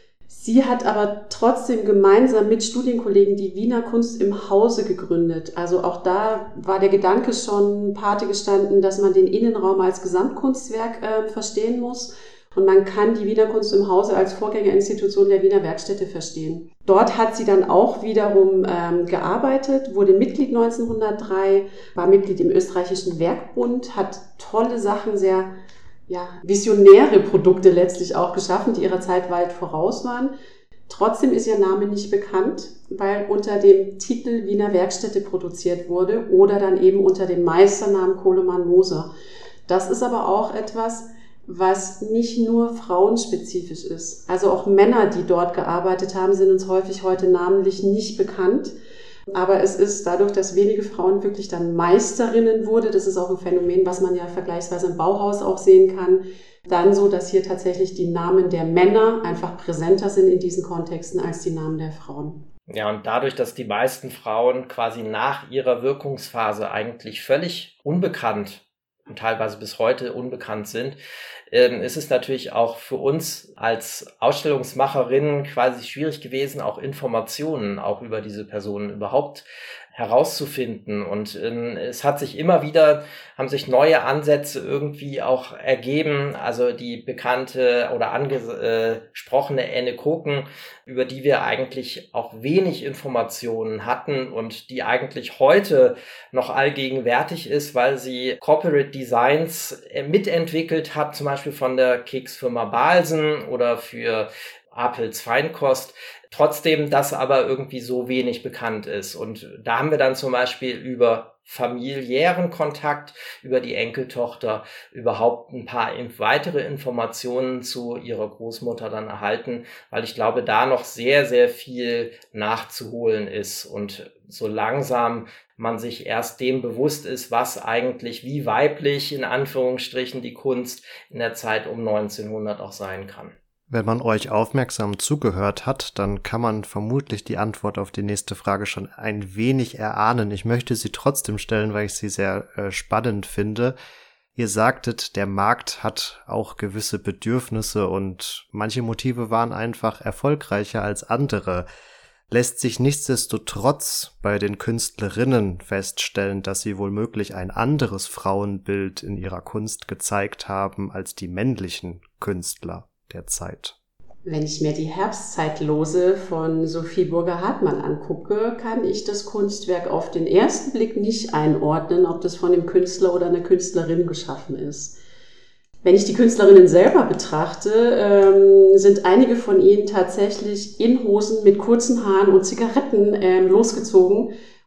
Sie hat aber trotzdem gemeinsam mit Studienkollegen die Wiener Kunst im Hause gegründet. Also auch da war der Gedanke schon Pate gestanden, dass man den Innenraum als Gesamtkunstwerk äh, verstehen muss. Und man kann die Wiener Kunst im Hause als Vorgängerinstitution der Wiener Werkstätte verstehen. Dort hat sie dann auch wiederum ähm, gearbeitet, wurde Mitglied neunzehnhundertdrei, war Mitglied im österreichischen Werkbund, hat tolle Sachen, sehr ja, visionäre Produkte letztlich auch geschaffen, die ihrer Zeit weit voraus waren. Trotzdem ist ihr Name nicht bekannt, weil unter dem Titel Wiener Werkstätte produziert wurde oder dann eben unter dem Meisternamen Koloman Moser. Das ist aber auch etwas, was nicht nur frauenspezifisch ist. Also auch Männer, die dort gearbeitet haben, sind uns häufig heute namentlich nicht bekannt. Aber es ist dadurch, dass wenige Frauen wirklich dann Meisterinnen wurde, das ist auch ein Phänomen, was man ja vergleichsweise im Bauhaus auch sehen kann, dann so, dass hier tatsächlich die Namen der Männer einfach präsenter sind in diesen Kontexten als die Namen der Frauen. Ja, und dadurch, dass die meisten Frauen quasi nach ihrer Wirkungsphase eigentlich völlig unbekannt und teilweise bis heute unbekannt sind, ähm, ist es natürlich auch für uns als Ausstellungsmacherinnen quasi schwierig gewesen, auch Informationen auch über diese Personen überhaupt herauszufinden. Und ähm, es hat sich immer wieder, haben sich neue Ansätze irgendwie auch ergeben. Also die bekannte oder angesprochene Änne Koken, über die wir eigentlich auch wenig Informationen hatten und die eigentlich heute noch allgegenwärtig ist, weil sie Corporate Designs mitentwickelt hat, zum Beispiel von der Keksfirma Balsen oder für Apels Feinkost. Trotzdem, dass aber irgendwie so wenig bekannt ist. Und da haben wir dann zum Beispiel über familiären Kontakt, über die Enkeltochter überhaupt ein paar weitere Informationen zu ihrer Großmutter dann erhalten, weil ich glaube, da noch sehr, sehr viel nachzuholen ist und so langsam man sich erst dem bewusst ist, was eigentlich wie weiblich in Anführungsstrichen die Kunst in der Zeit um neunzehnhundert auch sein kann. Wenn man euch aufmerksam zugehört hat, dann kann man vermutlich die Antwort auf die nächste Frage schon ein wenig erahnen. Ich möchte sie trotzdem stellen, weil ich sie sehr äh, spannend finde. Ihr sagtet, der Markt hat auch gewisse Bedürfnisse und manche Motive waren einfach erfolgreicher als andere. Lässt sich nichtsdestotrotz bei den Künstlerinnen feststellen, dass sie womöglich ein anderes Frauenbild in ihrer Kunst gezeigt haben als die männlichen Künstler der Zeit? Wenn ich mir die Herbstzeitlose von Sophie Burger-Hartmann angucke, kann ich das Kunstwerk auf den ersten Blick nicht einordnen, ob das von einem Künstler oder einer Künstlerin geschaffen ist. Wenn ich die Künstlerinnen selber betrachte, ähm, sind einige von ihnen tatsächlich in Hosen mit kurzen Haaren und Zigaretten ähm, losgezogen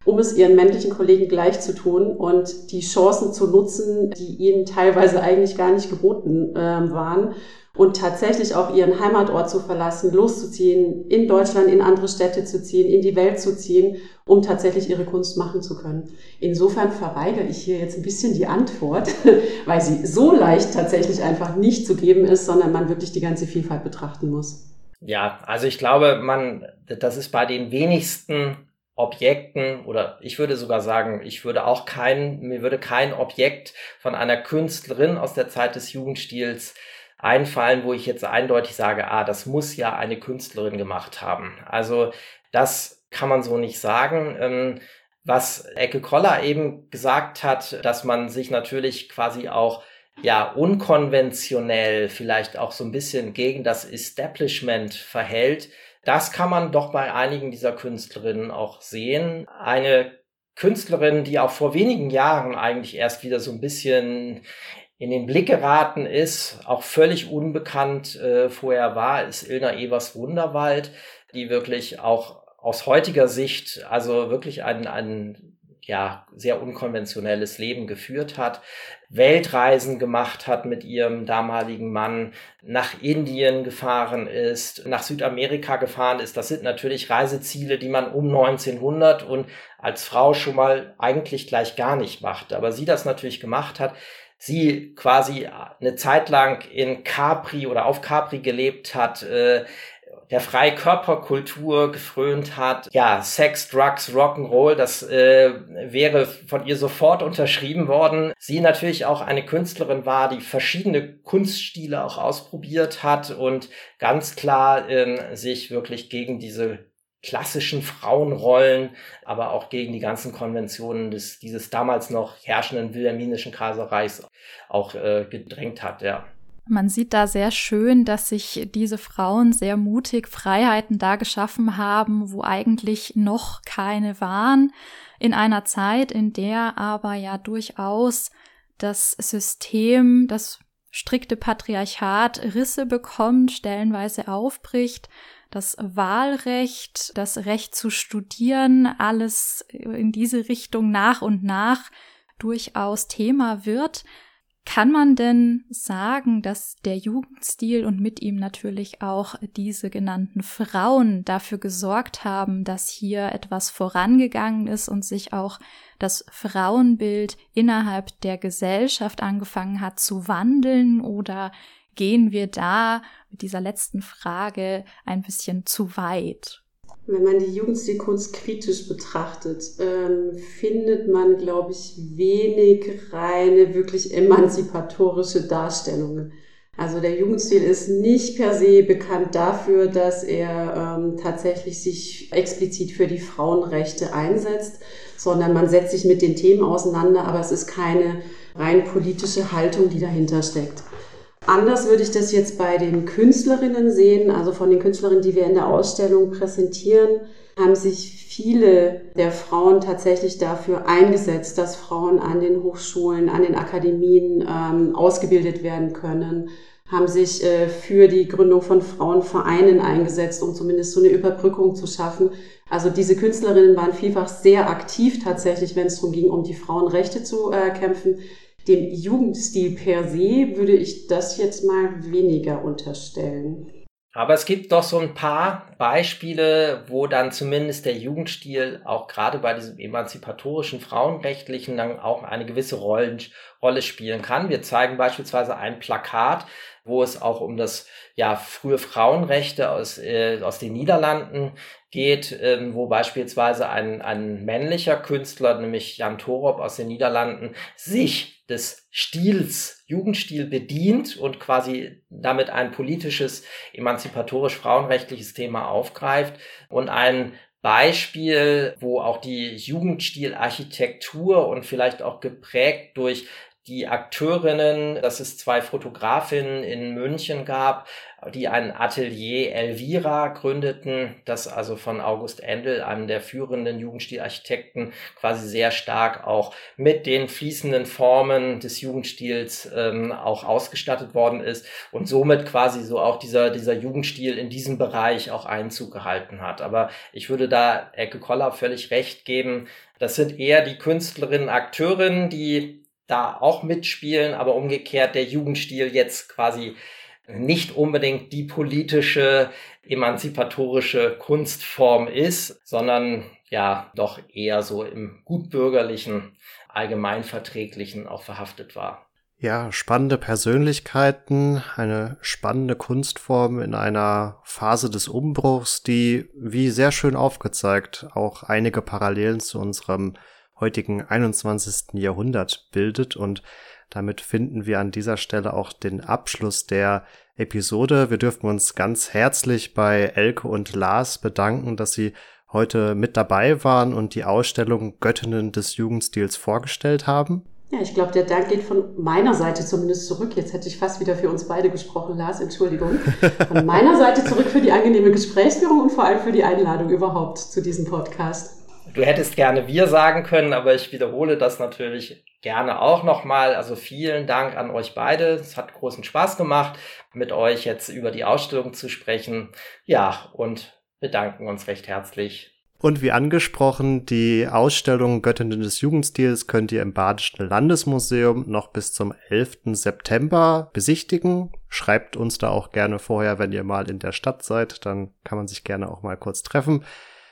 um es ihren männlichen Kollegen gleich zu tun und die Chancen zu nutzen, die ihnen teilweise eigentlich gar nicht geboten äh, waren. Und tatsächlich auch ihren Heimatort zu verlassen, loszuziehen, in Deutschland, in andere Städte zu ziehen, in die Welt zu ziehen, um tatsächlich ihre Kunst machen zu können. Insofern verweigere ich hier jetzt ein bisschen die Antwort, weil sie so leicht tatsächlich einfach nicht zu geben ist, sondern man wirklich die ganze Vielfalt betrachten muss. Ja, also ich glaube, man, das ist bei den wenigsten Objekten, oder ich würde sogar sagen, ich würde auch kein, mir würde kein Objekt von einer Künstlerin aus der Zeit des Jugendstils einfallen, wo ich jetzt eindeutig sage, ah, das muss ja eine Künstlerin gemacht haben. Also das kann man so nicht sagen. Ähm, was Elke Koller eben gesagt hat, dass man sich natürlich quasi auch ja unkonventionell vielleicht auch so ein bisschen gegen das Establishment verhält, das kann man doch bei einigen dieser Künstlerinnen auch sehen. Eine Künstlerin, die auch vor wenigen Jahren eigentlich erst wieder so ein bisschen in den Blick geraten ist, auch völlig unbekannt äh, vorher war, ist Ilna Evers-Wunderwald, die wirklich auch aus heutiger Sicht also wirklich ein, ein ja sehr unkonventionelles Leben geführt hat, Weltreisen gemacht hat mit ihrem damaligen Mann, nach Indien gefahren ist, nach Südamerika gefahren ist. Das sind natürlich Reiseziele, die man um neunzehnhundert und als Frau schon mal eigentlich gleich gar nicht macht. Aber sie das natürlich gemacht hat, sie quasi eine Zeit lang in Capri oder auf Capri gelebt hat, äh, der Freikörperkultur gefrönt hat. Ja, Sex, Drugs, Rock'n'Roll, das äh, wäre von ihr sofort unterschrieben worden. Sie natürlich auch eine Künstlerin war, die verschiedene Kunststile auch ausprobiert hat und ganz klar äh, sich wirklich gegen diese klassischen Frauenrollen, aber auch gegen die ganzen Konventionen des dieses damals noch herrschenden wilhelminischen Kaiserreichs auch äh, gedrängt hat, ja. Man sieht da sehr schön, dass sich diese Frauen sehr mutig Freiheiten da geschaffen haben, wo eigentlich noch keine waren, in einer Zeit, in der aber ja durchaus das System, das strikte Patriarchat Risse bekommt, stellenweise aufbricht, das Wahlrecht, das Recht zu studieren, alles in diese Richtung nach und nach durchaus Thema wird. Kann man denn sagen, dass der Jugendstil und mit ihm natürlich auch diese genannten Frauen dafür gesorgt haben, dass hier etwas vorangegangen ist und sich auch das Frauenbild innerhalb der Gesellschaft angefangen hat zu wandeln? Oder gehen wir da mit dieser letzten Frage ein bisschen zu weit? Wenn man die Jugendstilkunst kritisch betrachtet, ähm, findet man, glaube ich, wenig reine, wirklich emanzipatorische Darstellungen. Also der Jugendstil ist nicht per se bekannt dafür, dass er ähm, tatsächlich sich explizit für die Frauenrechte einsetzt, sondern man setzt sich mit den Themen auseinander, aber es ist keine rein politische Haltung, die dahinter steckt. Anders würde ich das jetzt bei den Künstlerinnen sehen. Also von den Künstlerinnen, die wir in der Ausstellung präsentieren, haben sich viele der Frauen tatsächlich dafür eingesetzt, dass Frauen an den Hochschulen, an den Akademien ähm, ausgebildet werden können, haben sich äh, für die Gründung von Frauenvereinen eingesetzt, um zumindest so eine Überbrückung zu schaffen. Also diese Künstlerinnen waren vielfach sehr aktiv tatsächlich, wenn es darum ging, um die Frauenrechte zu äh, kämpfen. Dem Jugendstil per se würde ich das jetzt mal weniger unterstellen. Aber es gibt doch so ein paar Beispiele, wo dann zumindest der Jugendstil auch gerade bei diesem emanzipatorischen, frauenrechtlichen dann auch eine gewisse Rollen, Rolle spielen kann. Wir zeigen beispielsweise ein Plakat, wo es auch um das ja frühe Frauenrechte aus äh, aus den Niederlanden geht, ähm, wo beispielsweise ein ein männlicher Künstler, nämlich Jan Torop aus den Niederlanden, sich des Stils, Jugendstil bedient und quasi damit ein politisches, emanzipatorisch frauenrechtliches Thema aufgreift. Und ein Beispiel, wo auch die Jugendstilarchitektur und vielleicht auch geprägt durch die Akteurinnen, dass es zwei Fotografinnen in München gab, die ein Atelier Elvira gründeten, das also von August Endel, einem der führenden Jugendstilarchitekten, quasi sehr stark auch mit den fließenden Formen des Jugendstils ähm, auch ausgestattet worden ist und somit quasi so auch dieser, dieser Jugendstil in diesem Bereich auch Einzug gehalten hat. Aber ich würde da Elke Koller völlig recht geben, das sind eher die Künstlerinnen, Akteurinnen, die da auch mitspielen, aber umgekehrt der Jugendstil jetzt quasi nicht unbedingt die politische, emanzipatorische Kunstform ist, sondern ja doch eher so im gutbürgerlichen, allgemeinverträglichen auch verhaftet war. Ja, spannende Persönlichkeiten, eine spannende Kunstform in einer Phase des Umbruchs, die, wie sehr schön aufgezeigt, auch einige Parallelen zu unserem heutigen einundzwanzigsten Jahrhundert bildet, und damit finden wir an dieser Stelle auch den Abschluss der Episode. Wir dürfen uns ganz herzlich bei Elke und Lars bedanken, dass sie heute mit dabei waren und die Ausstellung Göttinnen des Jugendstils vorgestellt haben. Ja, ich glaube, der Dank geht von meiner Seite zumindest zurück. Jetzt hätte ich fast wieder für uns beide gesprochen, Lars, Entschuldigung. Von meiner Seite zurück für die angenehme Gesprächsführung und vor allem für die Einladung überhaupt zu diesem Podcast. Du hättest gerne wir sagen können, aber ich wiederhole das natürlich gerne auch nochmal. Also vielen Dank an euch beide. Es hat großen Spaß gemacht, mit euch jetzt über die Ausstellung zu sprechen. Ja, und bedanken uns recht herzlich. Und wie angesprochen, die Ausstellung Göttinnen des Jugendstils könnt ihr im Badischen Landesmuseum noch bis zum elften September besichtigen. Schreibt uns da auch gerne vorher, wenn ihr mal in der Stadt seid, dann kann man sich gerne auch mal kurz treffen.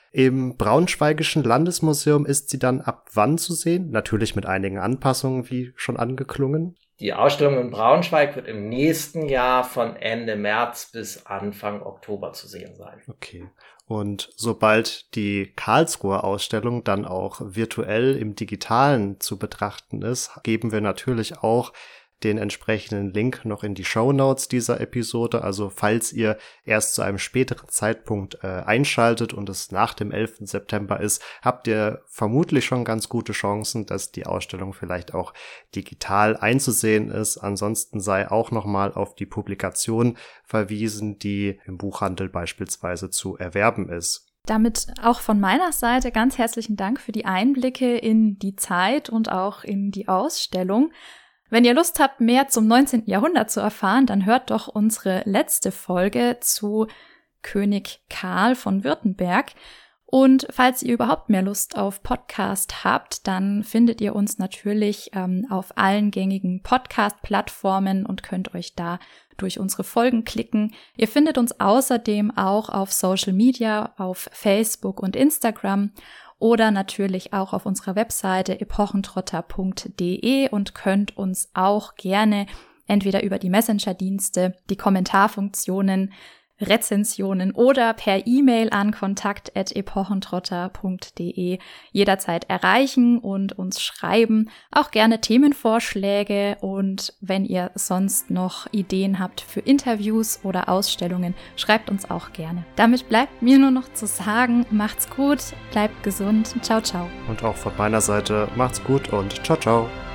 Im Braunschweigischen Landesmuseum ist sie dann ab wann zu sehen? Natürlich mit einigen Anpassungen, wie schon angeklungen. Die Ausstellung in Braunschweig wird im nächsten Jahr von Ende März bis Anfang Oktober zu sehen sein. Okay. Und sobald die Karlsruher Ausstellung dann auch virtuell im Digitalen zu betrachten ist, geben wir natürlich auch den entsprechenden Link noch in die Shownotes dieser Episode. Also falls ihr erst zu einem späteren Zeitpunkt äh, einschaltet und es nach dem elften September ist, habt ihr vermutlich schon ganz gute Chancen, dass die Ausstellung vielleicht auch digital einzusehen ist. Ansonsten sei auch nochmal auf die Publikation verwiesen, die im Buchhandel beispielsweise zu erwerben ist. Damit auch von meiner Seite ganz herzlichen Dank für die Einblicke in die Zeit und auch in die Ausstellung. Wenn ihr Lust habt, mehr zum neunzehnten Jahrhundert zu erfahren, dann hört doch unsere letzte Folge zu König Karl von Württemberg. Und falls ihr überhaupt mehr Lust auf Podcast habt, dann findet ihr uns natürlich ähm, auf allen gängigen Podcast-Plattformen und könnt euch da durch unsere Folgen klicken. Ihr findet uns außerdem auch auf Social Media, auf Facebook und Instagram. Oder natürlich auch auf unserer Webseite epochentrotter punkt de und könnt uns auch gerne entweder über die Messenger-Dienste, die Kommentarfunktionen, Rezensionen oder per E-Mail an kontakt at epochentrotter punkt de jederzeit erreichen und uns schreiben. Auch gerne Themenvorschläge, und wenn ihr sonst noch Ideen habt für Interviews oder Ausstellungen, schreibt uns auch gerne. Damit bleibt mir nur noch zu sagen, macht's gut, bleibt gesund, ciao, ciao. Und auch von meiner Seite, macht's gut und ciao, ciao.